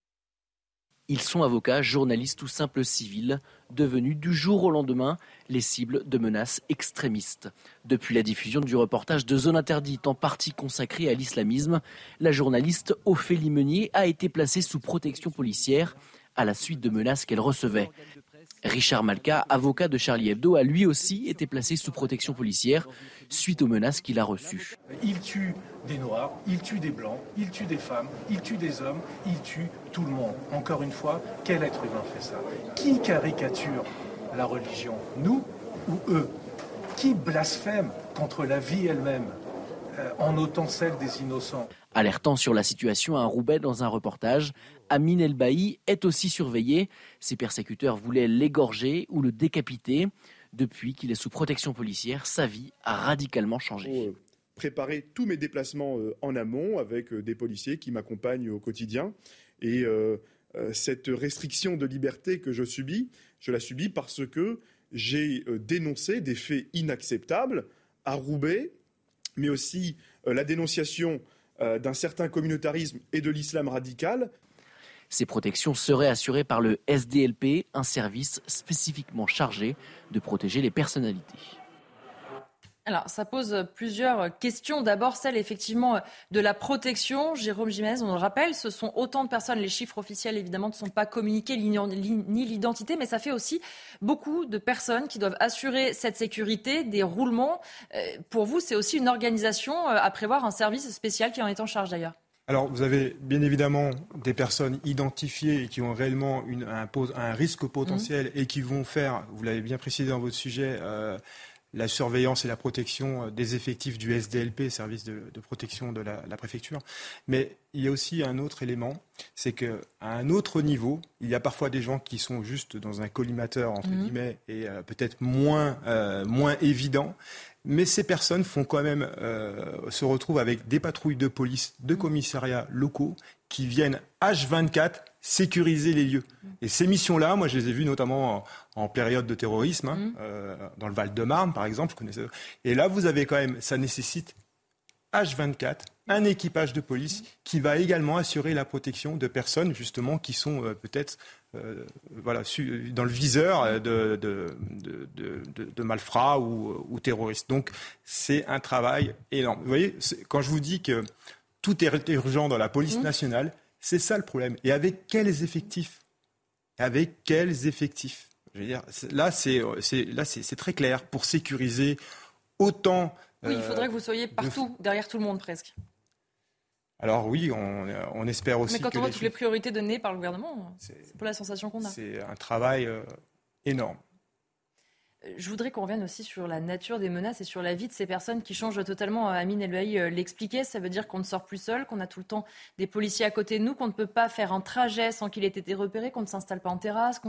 Speaker 14: Ils sont avocats, journalistes ou simples civils, devenus du jour au lendemain les cibles de menaces extrémistes. Depuis la diffusion du reportage de Zone Interdite, en partie consacré à l'islamisme, la journaliste Ophélie Meunier a été placée sous protection policière à la suite de menaces qu'elle recevait. Richard Malka, avocat de Charlie Hebdo, a lui aussi été placé sous protection policière suite aux menaces qu'il a reçues.
Speaker 15: Il tue des Noirs, il tue des Blancs, il tue des femmes, il tue des hommes, il tue tout le monde. Encore une fois, quel être humain fait ça ? Qui caricature la religion ? Nous ou eux ? Qui blasphème contre la vie elle-même en ôtant celle des innocents ?
Speaker 14: Alertant sur la situation à Roubaix dans un reportage, Amine El-Bailly est aussi surveillé. Ses persécuteurs voulaient l'égorger ou le décapiter. Depuis qu'il est sous protection policière, sa vie a radicalement changé.
Speaker 16: Préparer tous mes déplacements en amont avec des policiers qui m'accompagnent au quotidien. Et cette restriction de liberté que je la subis parce que j'ai dénoncé des faits inacceptables à Roubaix, mais aussi la dénonciation d'un certain communautarisme et de l'islam radical.
Speaker 14: Ces protections seraient assurées par le SDLP, un service spécifiquement chargé de protéger les personnalités.
Speaker 3: Alors, ça pose plusieurs questions. D'abord, celle effectivement de la protection. Jérôme Jiménez, on le rappelle, ce sont autant de personnes. Les chiffres officiels, évidemment, ne sont pas communiqués, ni l'identité, mais ça fait aussi beaucoup de personnes qui doivent assurer cette sécurité, des roulements. Pour vous, c'est aussi une organisation à prévoir, un service spécial qui en est en charge d'ailleurs.
Speaker 7: Alors, vous avez bien évidemment des personnes identifiées et qui ont réellement un risque potentiel et qui vont faire, vous l'avez bien précisé dans votre sujet, la surveillance et la protection des effectifs du SDLP, service de protection de la préfecture. Mais il y a aussi un autre élément, c'est qu'à un autre niveau, il y a parfois des gens qui sont juste dans un collimateur, entre guillemets, et peut-être moins évident. Mais ces personnes font quand même se retrouvent avec des patrouilles de police, de commissariats locaux qui viennent H24 sécuriser les lieux. Et ces missions-là, moi je les ai vues notamment en période de terrorisme, dans le Val-de-Marne par exemple. Et là, vous avez quand même, ça nécessite H24, un équipage de police qui va également assurer la protection de personnes justement qui sont peut-être dans le viseur de malfrats ou terroristes. Donc c'est un travail énorme. Vous voyez, quand je vous dis que tout est urgent dans la police nationale, c'est ça le problème. Et avec quels effectifs ? Je veux dire, là, c'est très clair pour sécuriser autant.
Speaker 3: Oui, il faudrait que vous soyez partout, derrière tout le monde presque.
Speaker 7: Alors oui, on espère aussi.
Speaker 3: Mais quand on voit toutes les priorités données par le gouvernement, c'est pas la sensation qu'on a.
Speaker 7: C'est un travail énorme.
Speaker 3: Je voudrais qu'on revienne aussi sur la nature des menaces et sur la vie de ces personnes qui changent totalement. Amine Elbaï l'expliquait, ça veut dire qu'on ne sort plus seul, qu'on a tout le temps des policiers à côté de nous, qu'on ne peut pas faire un trajet sans qu'il ait été repéré, qu'on ne s'installe pas en terrasse.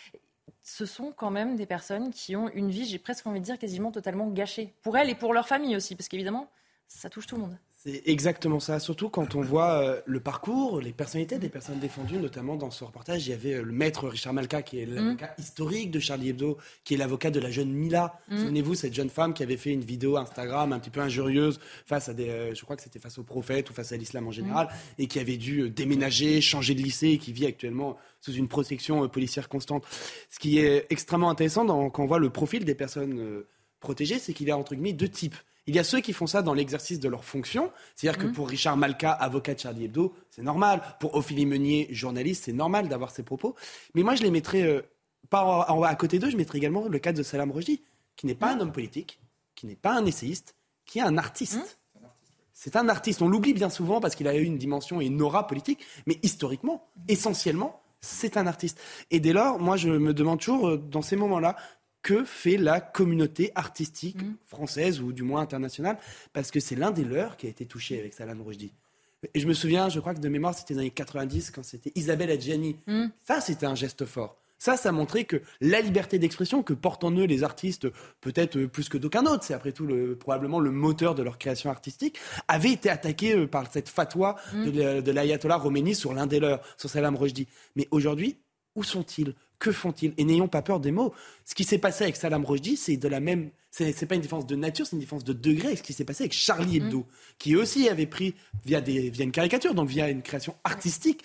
Speaker 3: Ce sont quand même des personnes qui ont une vie, j'ai presque envie de dire, quasiment totalement gâchée. Pour elles et pour leur famille aussi, parce qu'évidemment, ça touche tout le monde.
Speaker 6: C'est exactement ça, surtout quand on voit le parcours, les personnalités des personnes défendues, notamment dans ce reportage, il y avait le maître Richard Malka, qui est l'avocat historique de Charlie Hebdo, qui est l'avocat de la jeune Mila. Souvenez-vous, cette jeune femme qui avait fait une vidéo Instagram un petit peu injurieuse face à je crois que c'était face aux prophètes ou face à l'islam en général, et qui avait dû déménager, changer de lycée, et qui vit actuellement sous une protection policière constante. Ce qui est extrêmement intéressant quand on voit le profil des personnes protégées, c'est qu'il y a entre guillemets deux types. Il y a ceux qui font ça dans l'exercice de leur fonction, c'est-à-dire que pour Richard Malka, avocat de Charlie Hebdo, c'est normal. Pour Ophélie Meunier, journaliste, c'est normal d'avoir ces propos. Mais moi, je les mettrais, pas à côté d'eux, je mettrais également le cas de Salam Rushdie, qui n'est pas un homme politique, qui n'est pas un essayiste, qui est un artiste. C'est un artiste. On l'oublie bien souvent parce qu'il a eu une dimension et une aura politique, mais historiquement, essentiellement, c'est un artiste. Et dès lors, moi, je me demande toujours, dans ces moments-là, que fait la communauté artistique française ou du moins internationale, parce que c'est l'un des leurs qui a été touché avec Salam Rushdie. Et je me souviens, je crois que de mémoire, c'était dans les années 90, quand c'était Isabelle Adjani. Ça, c'était un geste fort. Ça montrait que la liberté d'expression que portent en eux les artistes, peut-être plus que d'aucun autre, c'est après tout probablement le moteur de leur création artistique, avait été attaquée par cette fatwa de l'ayatollah Khomeini sur l'un des leurs, sur Salam Rushdie. Mais aujourd'hui, où sont-ils ? Que font-ils ? Et n'ayons pas peur des mots. Ce qui s'est passé avec Salam Rushdie, c'est pas une différence de nature, c'est une différence de degré avec ce qui s'est passé avec Charlie Hebdo, qui aussi avait pris, via une caricature, donc via une création artistique,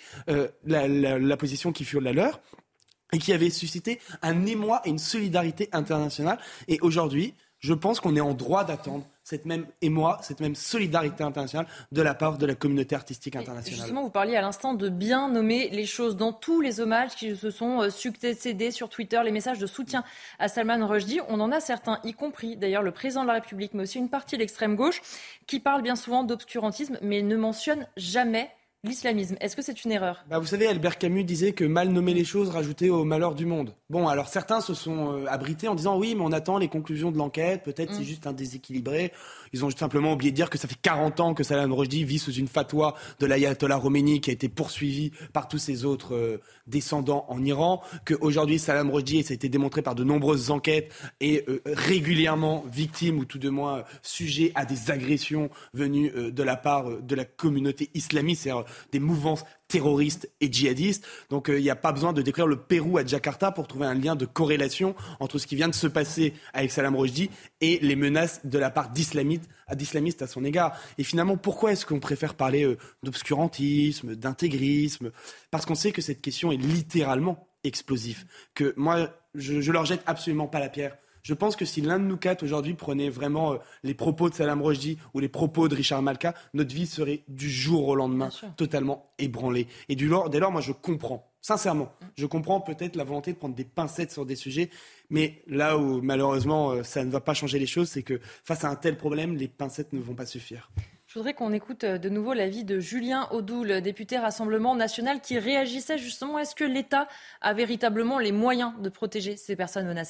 Speaker 6: la position qui fut la leur, et qui avait suscité un émoi et une solidarité internationale. Et aujourd'hui, je pense qu'on est en droit d'attendre cette même émoi, cette même solidarité internationale de la part de la communauté artistique internationale.
Speaker 3: Et justement, vous parliez à l'instant de bien nommer les choses. Dans tous les hommages qui se sont succédés sur Twitter, les messages de soutien à Salman Rushdie, on en a certains, y compris d'ailleurs le président de la République, mais aussi une partie de l'extrême gauche, qui parle bien souvent d'obscurantisme, mais ne mentionne jamais l'islamisme. Est-ce que c'est une erreur ?
Speaker 6: Vous savez, Albert Camus disait que mal nommer les choses rajoutait au malheur du monde. Bon, alors certains se sont abrités en disant oui, mais on attend les conclusions de l'enquête, peut-être c'est juste un déséquilibré. Ils ont juste simplement oublié de dire que ça fait 40 ans que Salam Rushdie vit sous une fatwa de l'ayatollah Khomeini qui a été poursuivi par tous ses autres descendants en Iran, qu'aujourd'hui Salam Rushdie, et ça a été démontré par de nombreuses enquêtes, est régulièrement victime ou tout de moins sujet à des agressions venues de la part de la communauté islamiste, c'est-à-dire des mouvances terroristes et djihadistes. Donc il n'y a pas besoin de décrire le Pérou à Jakarta pour trouver un lien de corrélation entre ce qui vient de se passer avec Salam Rushdie et les menaces de la part d'islamistes à son égard. Et finalement, pourquoi est-ce qu'on préfère parler d'obscurantisme, d'intégrisme ? Parce qu'on sait que cette question est littéralement explosive. Que moi, je leur jette absolument pas la pierre. Je pense que si l'un de nous quatre aujourd'hui prenait vraiment les propos de Salam Rushdie ou les propos de Richard Malka, notre vie serait du jour au lendemain totalement ébranlée. Et dès lors, moi je comprends, sincèrement, je comprends peut-être la volonté de prendre des pincettes sur des sujets, mais là où malheureusement ça ne va pas changer les choses, c'est que face à un tel problème, les pincettes ne vont pas suffire.
Speaker 3: Je voudrais qu'on écoute de nouveau l'avis de Julien Audoul, député Rassemblement National, qui réagissait justement. Est-ce que l'État a véritablement les moyens de protéger ces personnes menacées ?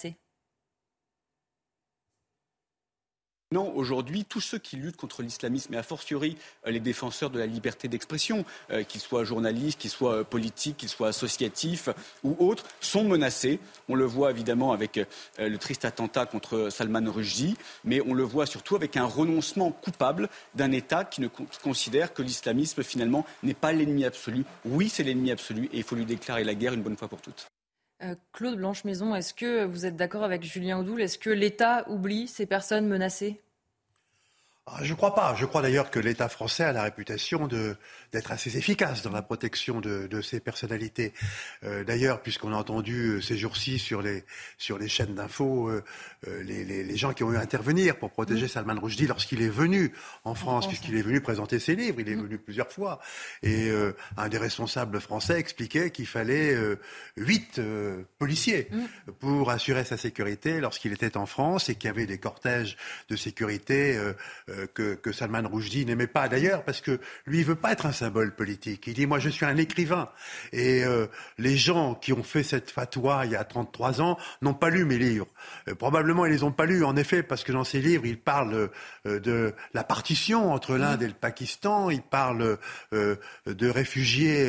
Speaker 13: Non, aujourd'hui, tous ceux qui luttent contre l'islamisme, et a fortiori les défenseurs de la liberté d'expression, qu'ils soient journalistes, qu'ils soient politiques, qu'ils soient associatifs ou autres, sont menacés. On le voit évidemment avec le triste attentat contre Salman Rushdie, mais on le voit surtout avec un renoncement coupable d'un État qui considère que l'islamisme, finalement, n'est pas l'ennemi absolu. Oui, c'est l'ennemi absolu et il faut lui déclarer la guerre une bonne fois pour toutes.
Speaker 3: Claude Blanche-Maison, est-ce que vous êtes d'accord avec Julien Audoul ? Est-ce que l'État oublie ces personnes menacées ?
Speaker 4: Je ne crois pas. Je crois d'ailleurs que l'État français a la réputation d'être assez efficace dans la protection de ses personnalités. D'ailleurs, puisqu'on a entendu ces jours-ci sur les chaînes d'infos les gens qui ont eu à intervenir pour protéger Salman Rushdie lorsqu'il est venu en France, puisqu'il est venu présenter ses livres. Il est venu plusieurs fois. Et un des responsables français expliquait qu'il fallait 8 policiers pour assurer sa sécurité lorsqu'il était en France et qu'il y avait des cortèges de sécurité que Salman Rushdie n'aimait pas d'ailleurs, parce que lui, il veut pas être un symbole politique. Il dit, moi, je suis un écrivain. Et les gens qui ont fait cette fatwa il y a 33 ans n'ont pas lu mes livres. Probablement, ils les ont pas lus, en effet, parce que dans ces livres, il parle de la partition entre l'Inde et le Pakistan. Il parle de réfugiés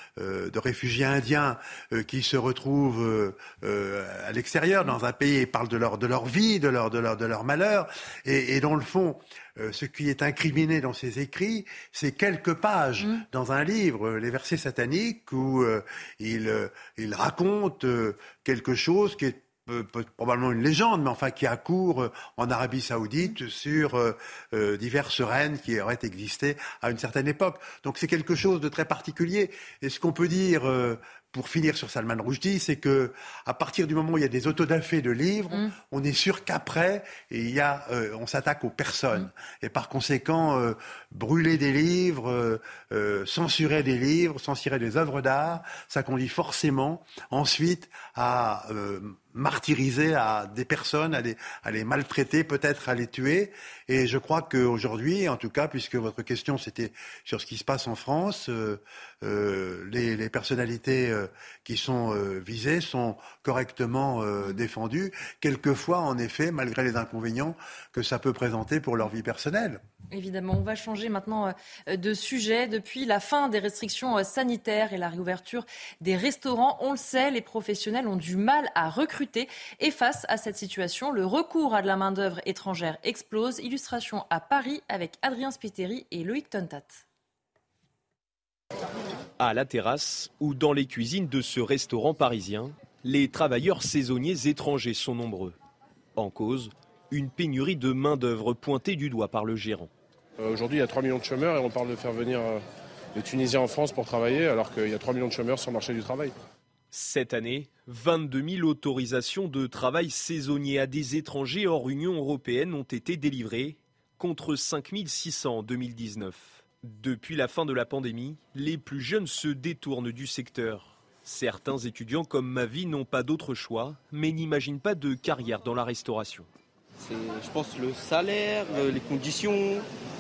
Speaker 4: indiens qui se retrouvent à l'extérieur, dans un pays. Il parle de leur vie, de leur malheur. Et dans le fond, ce qui est incriminé dans ses écrits, c'est quelques pages dans un livre, les versets sataniques, où il raconte quelque chose qui est probablement une légende, mais enfin qui a cours en Arabie Saoudite sur diverses reines qui auraient existé à une certaine époque. Donc c'est quelque chose de très particulier. Et ce qu'on peut dire pour finir sur Salman Rushdie, c'est que à partir du moment où il y a des autodafés de livres, on est sûr qu'après, on s'attaque aux personnes. Et par conséquent, brûler des livres, censurer des livres, censurer des œuvres d'art, ça conduit forcément ensuite à martyriser à des personnes, à les maltraiter, peut-être à les tuer. Et je crois qu'aujourd'hui, en tout cas, puisque votre question c'était sur ce qui se passe en France, les personnalités qui sont visées sont correctement défendues, quelquefois en effet, malgré les inconvénients que ça peut présenter pour leur vie personnelle.
Speaker 3: Évidemment, on va changer maintenant de sujet. Depuis la fin des restrictions sanitaires et la réouverture des restaurants, on le sait, les professionnels ont du mal à recruter. Et face à cette situation, le recours à de la main-d'œuvre étrangère explose. Illustration à Paris avec Adrien Spiteri et Loïc Tontat.
Speaker 10: À la terrasse ou dans les cuisines de ce restaurant parisien, les travailleurs saisonniers étrangers sont nombreux. En cause, une pénurie de main-d'œuvre pointée du doigt par le gérant.
Speaker 17: Aujourd'hui, il y a 3 millions de chômeurs et on parle de faire venir les Tunisiens en France pour travailler, alors qu'il y a 3 millions de chômeurs sur le marché du travail.
Speaker 10: Cette année, 22 000 autorisations de travail saisonnier à des étrangers hors Union européenne ont été délivrées, contre 5 600 en 2019. Depuis la fin de la pandémie, les plus jeunes se détournent du secteur. Certains étudiants comme Mavi n'ont pas d'autre choix, mais n'imaginent pas de carrière dans la restauration.
Speaker 18: C'est, je pense, le salaire, les conditions.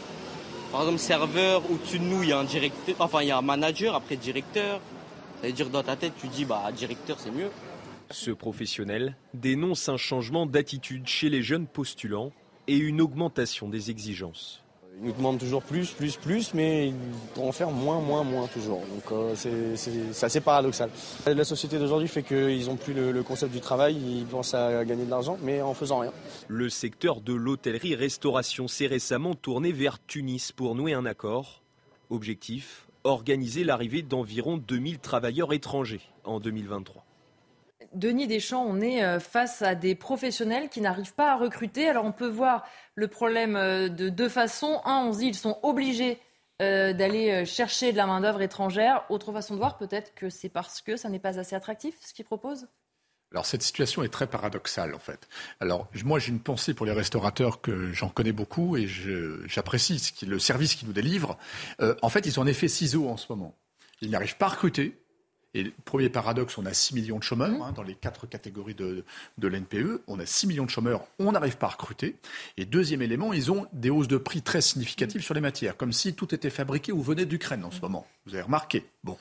Speaker 18: Par exemple, serveur, au-dessus de nous, il y a un directeur, il y a un manager, après directeur. Ça veut dire dans ta tête, tu dis, directeur, c'est mieux.
Speaker 10: Ce professionnel dénonce un changement d'attitude chez les jeunes postulants et une augmentation des exigences.
Speaker 18: Ils nous demandent toujours plus, mais pour en faire moins toujours. Donc c'est assez paradoxal. La société d'aujourd'hui fait qu'ils n'ont plus le concept du travail, ils pensent à gagner de l'argent, mais en faisant rien.
Speaker 10: Le secteur de l'hôtellerie-restauration s'est récemment tourné vers Tunis pour nouer un accord. Objectif, organiser l'arrivée d'environ 2000 travailleurs étrangers en 2023.
Speaker 3: Denis Deschamps, on est face à des professionnels qui n'arrivent pas à recruter. Alors on peut voir le problème de deux façons. On se dit qu'ils sont obligés d'aller chercher de la main-d'œuvre étrangère. Autre façon de voir, peut-être que c'est parce que ça n'est pas assez attractif ce qu'ils proposent.
Speaker 5: Alors cette situation est très paradoxale en fait. Alors moi j'ai une pensée pour les restaurateurs que j'en connais beaucoup et j'apprécie le service qu'ils nous délivrent. En fait ils ont un effet ciseau en ce moment. Ils n'arrivent pas à recruter. Et premier paradoxe, on a 6 millions de chômeurs dans les 4 catégories de l'NPE. On a 6 millions de chômeurs, on n'arrive pas à recruter. Et deuxième élément, ils ont des hausses de prix très significatives sur les matières, comme si tout était fabriqué ou venait d'Ukraine en ce moment. Vous avez remarqué. Bon,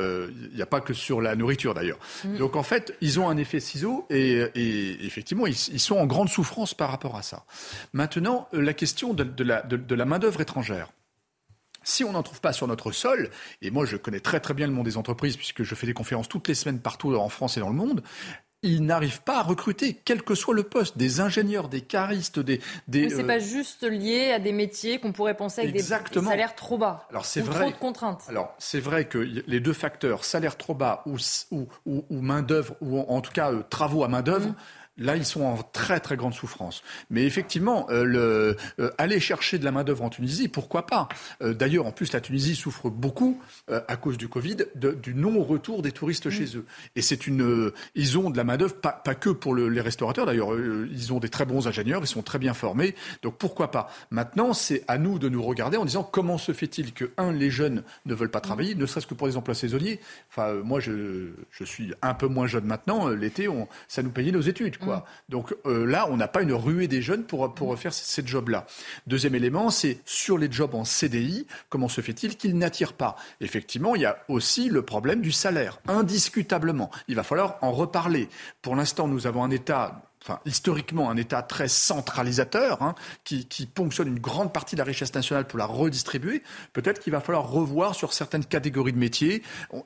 Speaker 5: il n'y a pas que sur la nourriture d'ailleurs. Donc en fait, ils ont un effet ciseau et effectivement, ils sont en grande souffrance par rapport à ça. Maintenant, la question de la main-d'œuvre étrangère. Si on n'en trouve pas sur notre sol, et moi je connais très très bien le monde des entreprises puisque je fais des conférences toutes les semaines partout en France et dans le monde, ils n'arrivent pas à recruter, quel que soit le poste, des ingénieurs, des caristes,
Speaker 3: Mais c'est pas juste lié à des métiers qu'on pourrait penser avec des salaires trop bas.
Speaker 5: Alors c'est
Speaker 3: vrai. Trop de contraintes.
Speaker 5: Alors c'est vrai que les deux facteurs, salaire trop bas ou main d'œuvre, ou en tout cas travaux à main d'œuvre, Là, ils sont en très très grande souffrance. Mais effectivement, aller chercher de la main-d'œuvre en Tunisie, pourquoi pas ? D'ailleurs, en plus, la Tunisie souffre beaucoup à cause du Covid du non-retour des touristes chez eux. Et ils ont de la main-d'œuvre, pas que pour les restaurateurs. D'ailleurs, ils ont des très bons ingénieurs, ils sont très bien formés. Donc pourquoi pas ? Maintenant, c'est à nous de nous regarder en disant comment se fait-il que les jeunes ne veulent pas travailler, ne serait-ce que pour des emplois saisonniers. Enfin, moi, je suis un peu moins jeune maintenant. L'été, ça nous payait nos études, quoi. Donc là, on n'a pas une ruée des jeunes pour faire ces jobs-là. Deuxième élément, c'est sur les jobs en CDI, comment se fait-il qu'ils n'attirent pas ? Effectivement, il y a aussi le problème du salaire, indiscutablement. Il va falloir en reparler. Pour l'instant, nous avons un État... historiquement, un État très centralisateur qui ponctionne une grande partie de la richesse nationale pour la redistribuer. Peut-être qu'il va falloir revoir sur certaines catégories de métiers.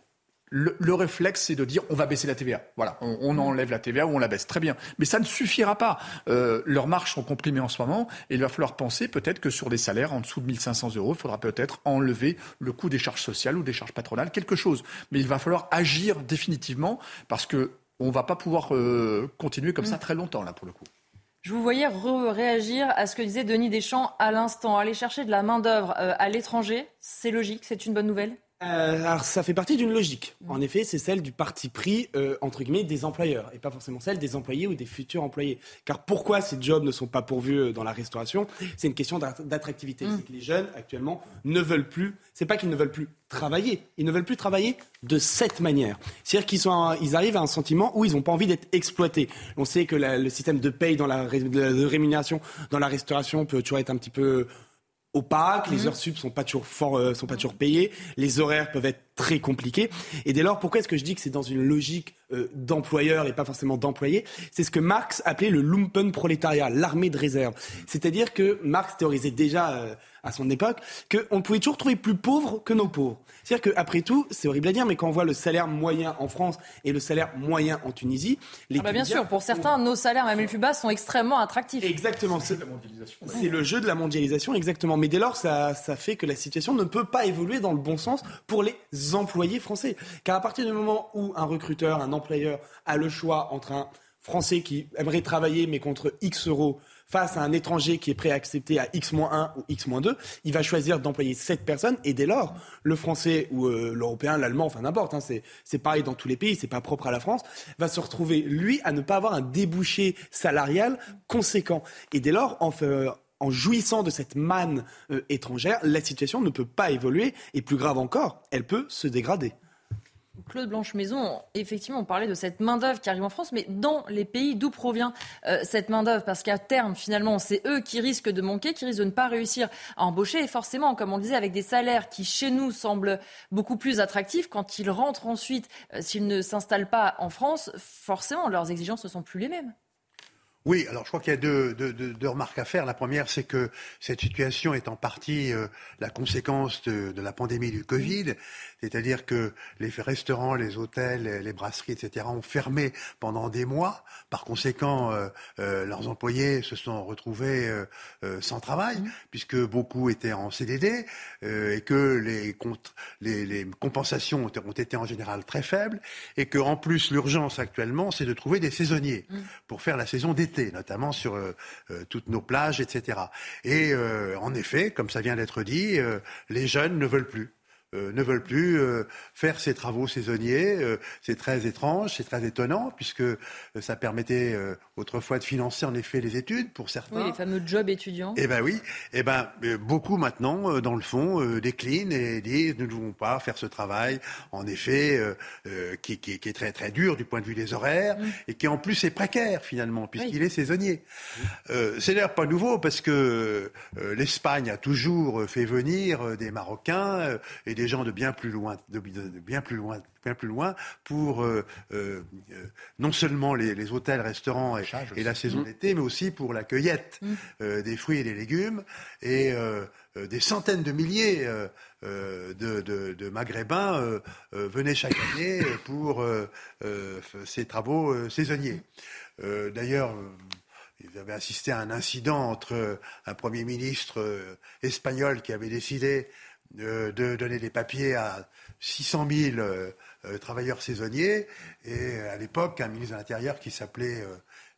Speaker 5: Le réflexe, c'est de dire on va baisser la TVA. Voilà, on enlève la TVA ou on la baisse. Très bien. Mais ça ne suffira pas. Leurs marges sont comprimées en ce moment et il va falloir penser peut-être que sur des salaires en dessous de 1 500 €, il faudra peut-être enlever le coût des charges sociales ou des charges patronales, quelque chose. Mais il va falloir agir définitivement parce qu'on ne va pas pouvoir continuer comme ça très longtemps, là, pour le coup.
Speaker 3: Je vous voyais réagir à ce que disait Denis Deschamps à l'instant. Aller chercher de la main-d'œuvre à l'étranger, c'est logique, c'est une bonne nouvelle ?
Speaker 6: Alors ça fait partie d'une logique. En effet, c'est celle du parti pris, entre guillemets, des employeurs, et pas forcément celle des employés ou des futurs employés. Car pourquoi ces jobs ne sont pas pourvus dans la restauration ? C'est une question d'attractivité. C'est que les jeunes, actuellement, ne veulent plus, c'est pas qu'ils ne veulent plus travailler, ils ne veulent plus travailler de cette manière. C'est-à-dire qu'ils arrivent à un sentiment où ils n'ont pas envie d'être exploités. On sait que le système de paye de rémunération dans la restauration peut toujours être un petit peu opaque, les heures sup sont pas toujours payées, les horaires peuvent être très compliqués. Et dès lors, pourquoi est-ce que je dis que c'est dans une logique d'employeur et pas forcément d'employé ? C'est ce que Marx appelait le Lumpenprolétariat, l'armée de réserve. C'est-à-dire que Marx théorisait déjà à son époque qu'on pouvait toujours trouver plus pauvres que nos pauvres. C'est-à-dire qu'après tout, c'est horrible à dire, mais quand on voit le salaire moyen en France et le salaire moyen en Tunisie...
Speaker 3: bien sûr, pour certains, nos salaires, même les plus bas, sont extrêmement attractifs.
Speaker 6: Exactement. C'est le jeu de la mondialisation, exactement. Mais dès lors, ça fait que la situation ne peut pas évoluer dans le bon sens pour les employés français. Car à partir du moment où un recruteur, un employeur a le choix entre un Français qui aimerait travailler mais contre X euros face à un étranger qui est prêt à accepter à X-1 ou X-2, il va choisir d'employer cette personne et dès lors, le Français ou l'Européen, l'Allemand, enfin n'importe, c'est pareil dans tous les pays, c'est pas propre à la France, va se retrouver, lui, à ne pas avoir un débouché salarial conséquent. Et dès lors, en jouissant de cette manne étrangère, la situation ne peut pas évoluer et plus grave encore, elle peut se dégrader.
Speaker 3: Claude Blanche-Maison, effectivement, on parlait de cette main-d'œuvre qui arrive en France, mais dans les pays d'où provient cette main-d'œuvre ? Parce qu'à terme, finalement, c'est eux qui risquent de manquer, qui risquent de ne pas réussir à embaucher. Et forcément, comme on le disait, avec des salaires qui, chez nous, semblent beaucoup plus attractifs, quand ils rentrent ensuite, s'ils ne s'installent pas en France, forcément, leurs exigences ne sont plus les mêmes.
Speaker 4: Oui, alors je crois qu'il y a deux remarques à faire. La première, c'est que cette situation est en partie la conséquence de la pandémie du Covid. C'est-à-dire que les restaurants, les hôtels, les brasseries, etc. ont fermé pendant des mois. Par conséquent, leurs employés se sont retrouvés sans travail, puisque beaucoup étaient en CDD et que les compensations ont été en général très faibles et que en plus l'urgence actuellement, c'est de trouver des saisonniers pour faire la saison d'été, notamment sur toutes nos plages, etc. Et en effet, comme ça vient d'être dit, les jeunes ne veulent plus faire ces travaux saisonniers. C'est très étrange, c'est très étonnant, puisque ça permettait autrefois de financer en effet les études pour certains.
Speaker 3: Oui, les fameux jobs étudiants.
Speaker 4: Eh ben oui, beaucoup maintenant, dans le fond, déclinent et disent nous ne voulons pas faire ce travail, en effet, qui est très très dur du point de vue des horaires et qui en plus est précaire finalement, puisqu'il est saisonnier. C'est d'ailleurs pas nouveau, parce que l'Espagne a toujours fait venir des Marocains et des gens de bien plus loin pour non seulement les hôtels, restaurants et la saison d'été, mais aussi pour la cueillette des fruits et des légumes. Et des centaines de milliers de Maghrébins venaient chaque année pour ces travaux saisonniers. D'ailleurs, ils avaient assisté à un incident entre un Premier ministre espagnol qui avait décidé de donner des papiers à 600 000 travailleurs saisonniers, et à l'époque un ministre de l'Intérieur qui s'appelait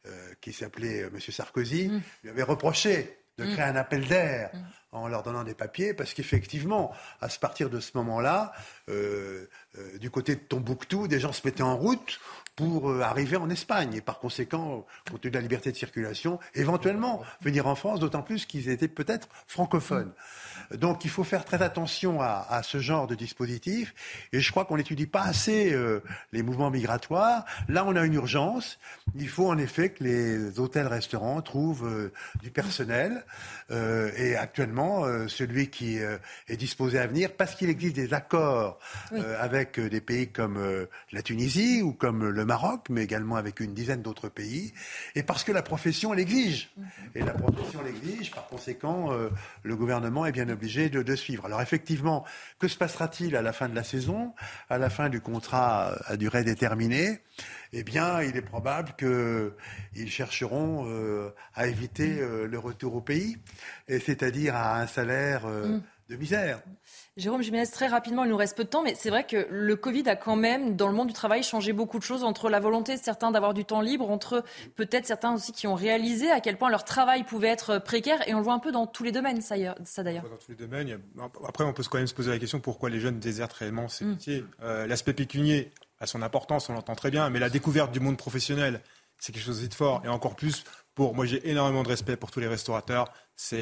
Speaker 4: qui s'appelait M. Sarkozy, lui avait reproché de créer un appel d'air en leur donnant des papiers, parce qu'effectivement, à partir de ce moment-là, du côté de Tombouctou, des gens se mettaient en route pour arriver en Espagne. Et par conséquent, compte tenu de la liberté de circulation, éventuellement venir en France, d'autant plus qu'ils étaient peut-être francophones. Donc il faut faire très attention à ce genre de dispositif. Et je crois qu'on n'étudie pas assez les mouvements migratoires. Là, on a une urgence. Il faut en effet que les hôtels-restaurants trouvent du personnel. Et actuellement, celui qui est disposé à venir, parce qu'il existe des accords avec des pays comme la Tunisie ou comme le Maroc, mais également avec une dizaine d'autres pays, et parce que la profession l'exige. Et la profession l'exige, par conséquent, le gouvernement est bien obligé de suivre. Alors effectivement, que se passera-t-il à la fin de la saison, à la fin du contrat à durée déterminée ? Eh bien, il est probable qu'ils chercheront à éviter le retour au pays, et c'est-à-dire à un salaire de misère.
Speaker 3: Jérôme Jiménez, très rapidement, il nous reste peu de temps, mais c'est vrai que le Covid a quand même, dans le monde du travail, changé beaucoup de choses, entre la volonté de certains d'avoir du temps libre, entre peut-être certains aussi qui ont réalisé à quel point leur travail pouvait être précaire, et on le voit un peu dans tous les domaines, ça d'ailleurs.
Speaker 7: Dans tous les domaines. Après, on peut quand même se poser la question pourquoi les jeunes désertent réellement ces métiers. L'aspect pécunier a son importance, on l'entend très bien, mais la découverte du monde professionnel, c'est quelque chose de fort, et encore plus moi, j'ai énormément de respect pour tous les restaurateurs. Ça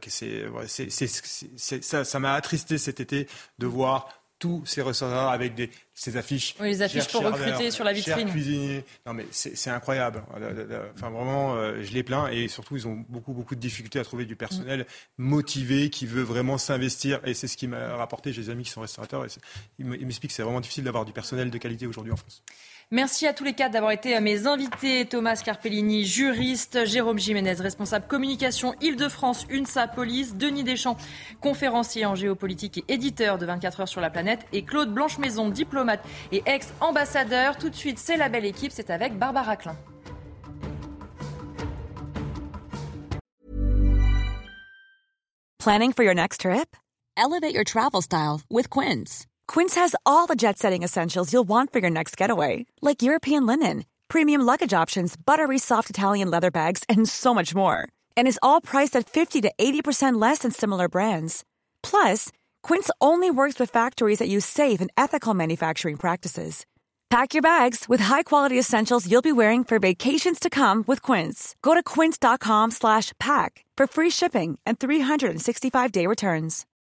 Speaker 7: m'a attristé cet été de voir tous ces restaurateurs avec ces affiches.
Speaker 3: Oui, les affiches pour recruter sur la vitrine.
Speaker 7: Cuisinier. Non, mais c'est incroyable. Enfin, vraiment, je les plains, et surtout, ils ont beaucoup de difficultés à trouver du personnel motivé qui veut vraiment s'investir. Et c'est ce qui m'a rapporté. J'ai des amis qui sont restaurateurs, et ils m'expliquent que c'est vraiment difficile d'avoir du personnel de qualité aujourd'hui en France.
Speaker 3: Merci à tous les quatre d'avoir été mes invités. Thomas Scarpellini, juriste, Jérôme Jiménez, responsable communication Île-de-France, UNSA Police, Denis Deschamps, conférencier en géopolitique et éditeur de 24 heures sur la planète, et Claude Blanchemaison, diplomate et ex-ambassadeur. Tout de suite, c'est la belle équipe, c'est avec Barbara Klein.
Speaker 19: Planning for your next trip? Elevate your travel style with Quince. Quince has all the jet-setting essentials you'll want for your next getaway, like European linen, premium luggage options, buttery soft Italian leather bags, and so much more. And is all priced at 50 to 80% less than similar brands. Plus, Quince only works with factories that use safe and ethical manufacturing practices. Pack your bags with high-quality essentials you'll be wearing for vacations to come with Quince. Go to quince.com/pack for free shipping and 365-day returns.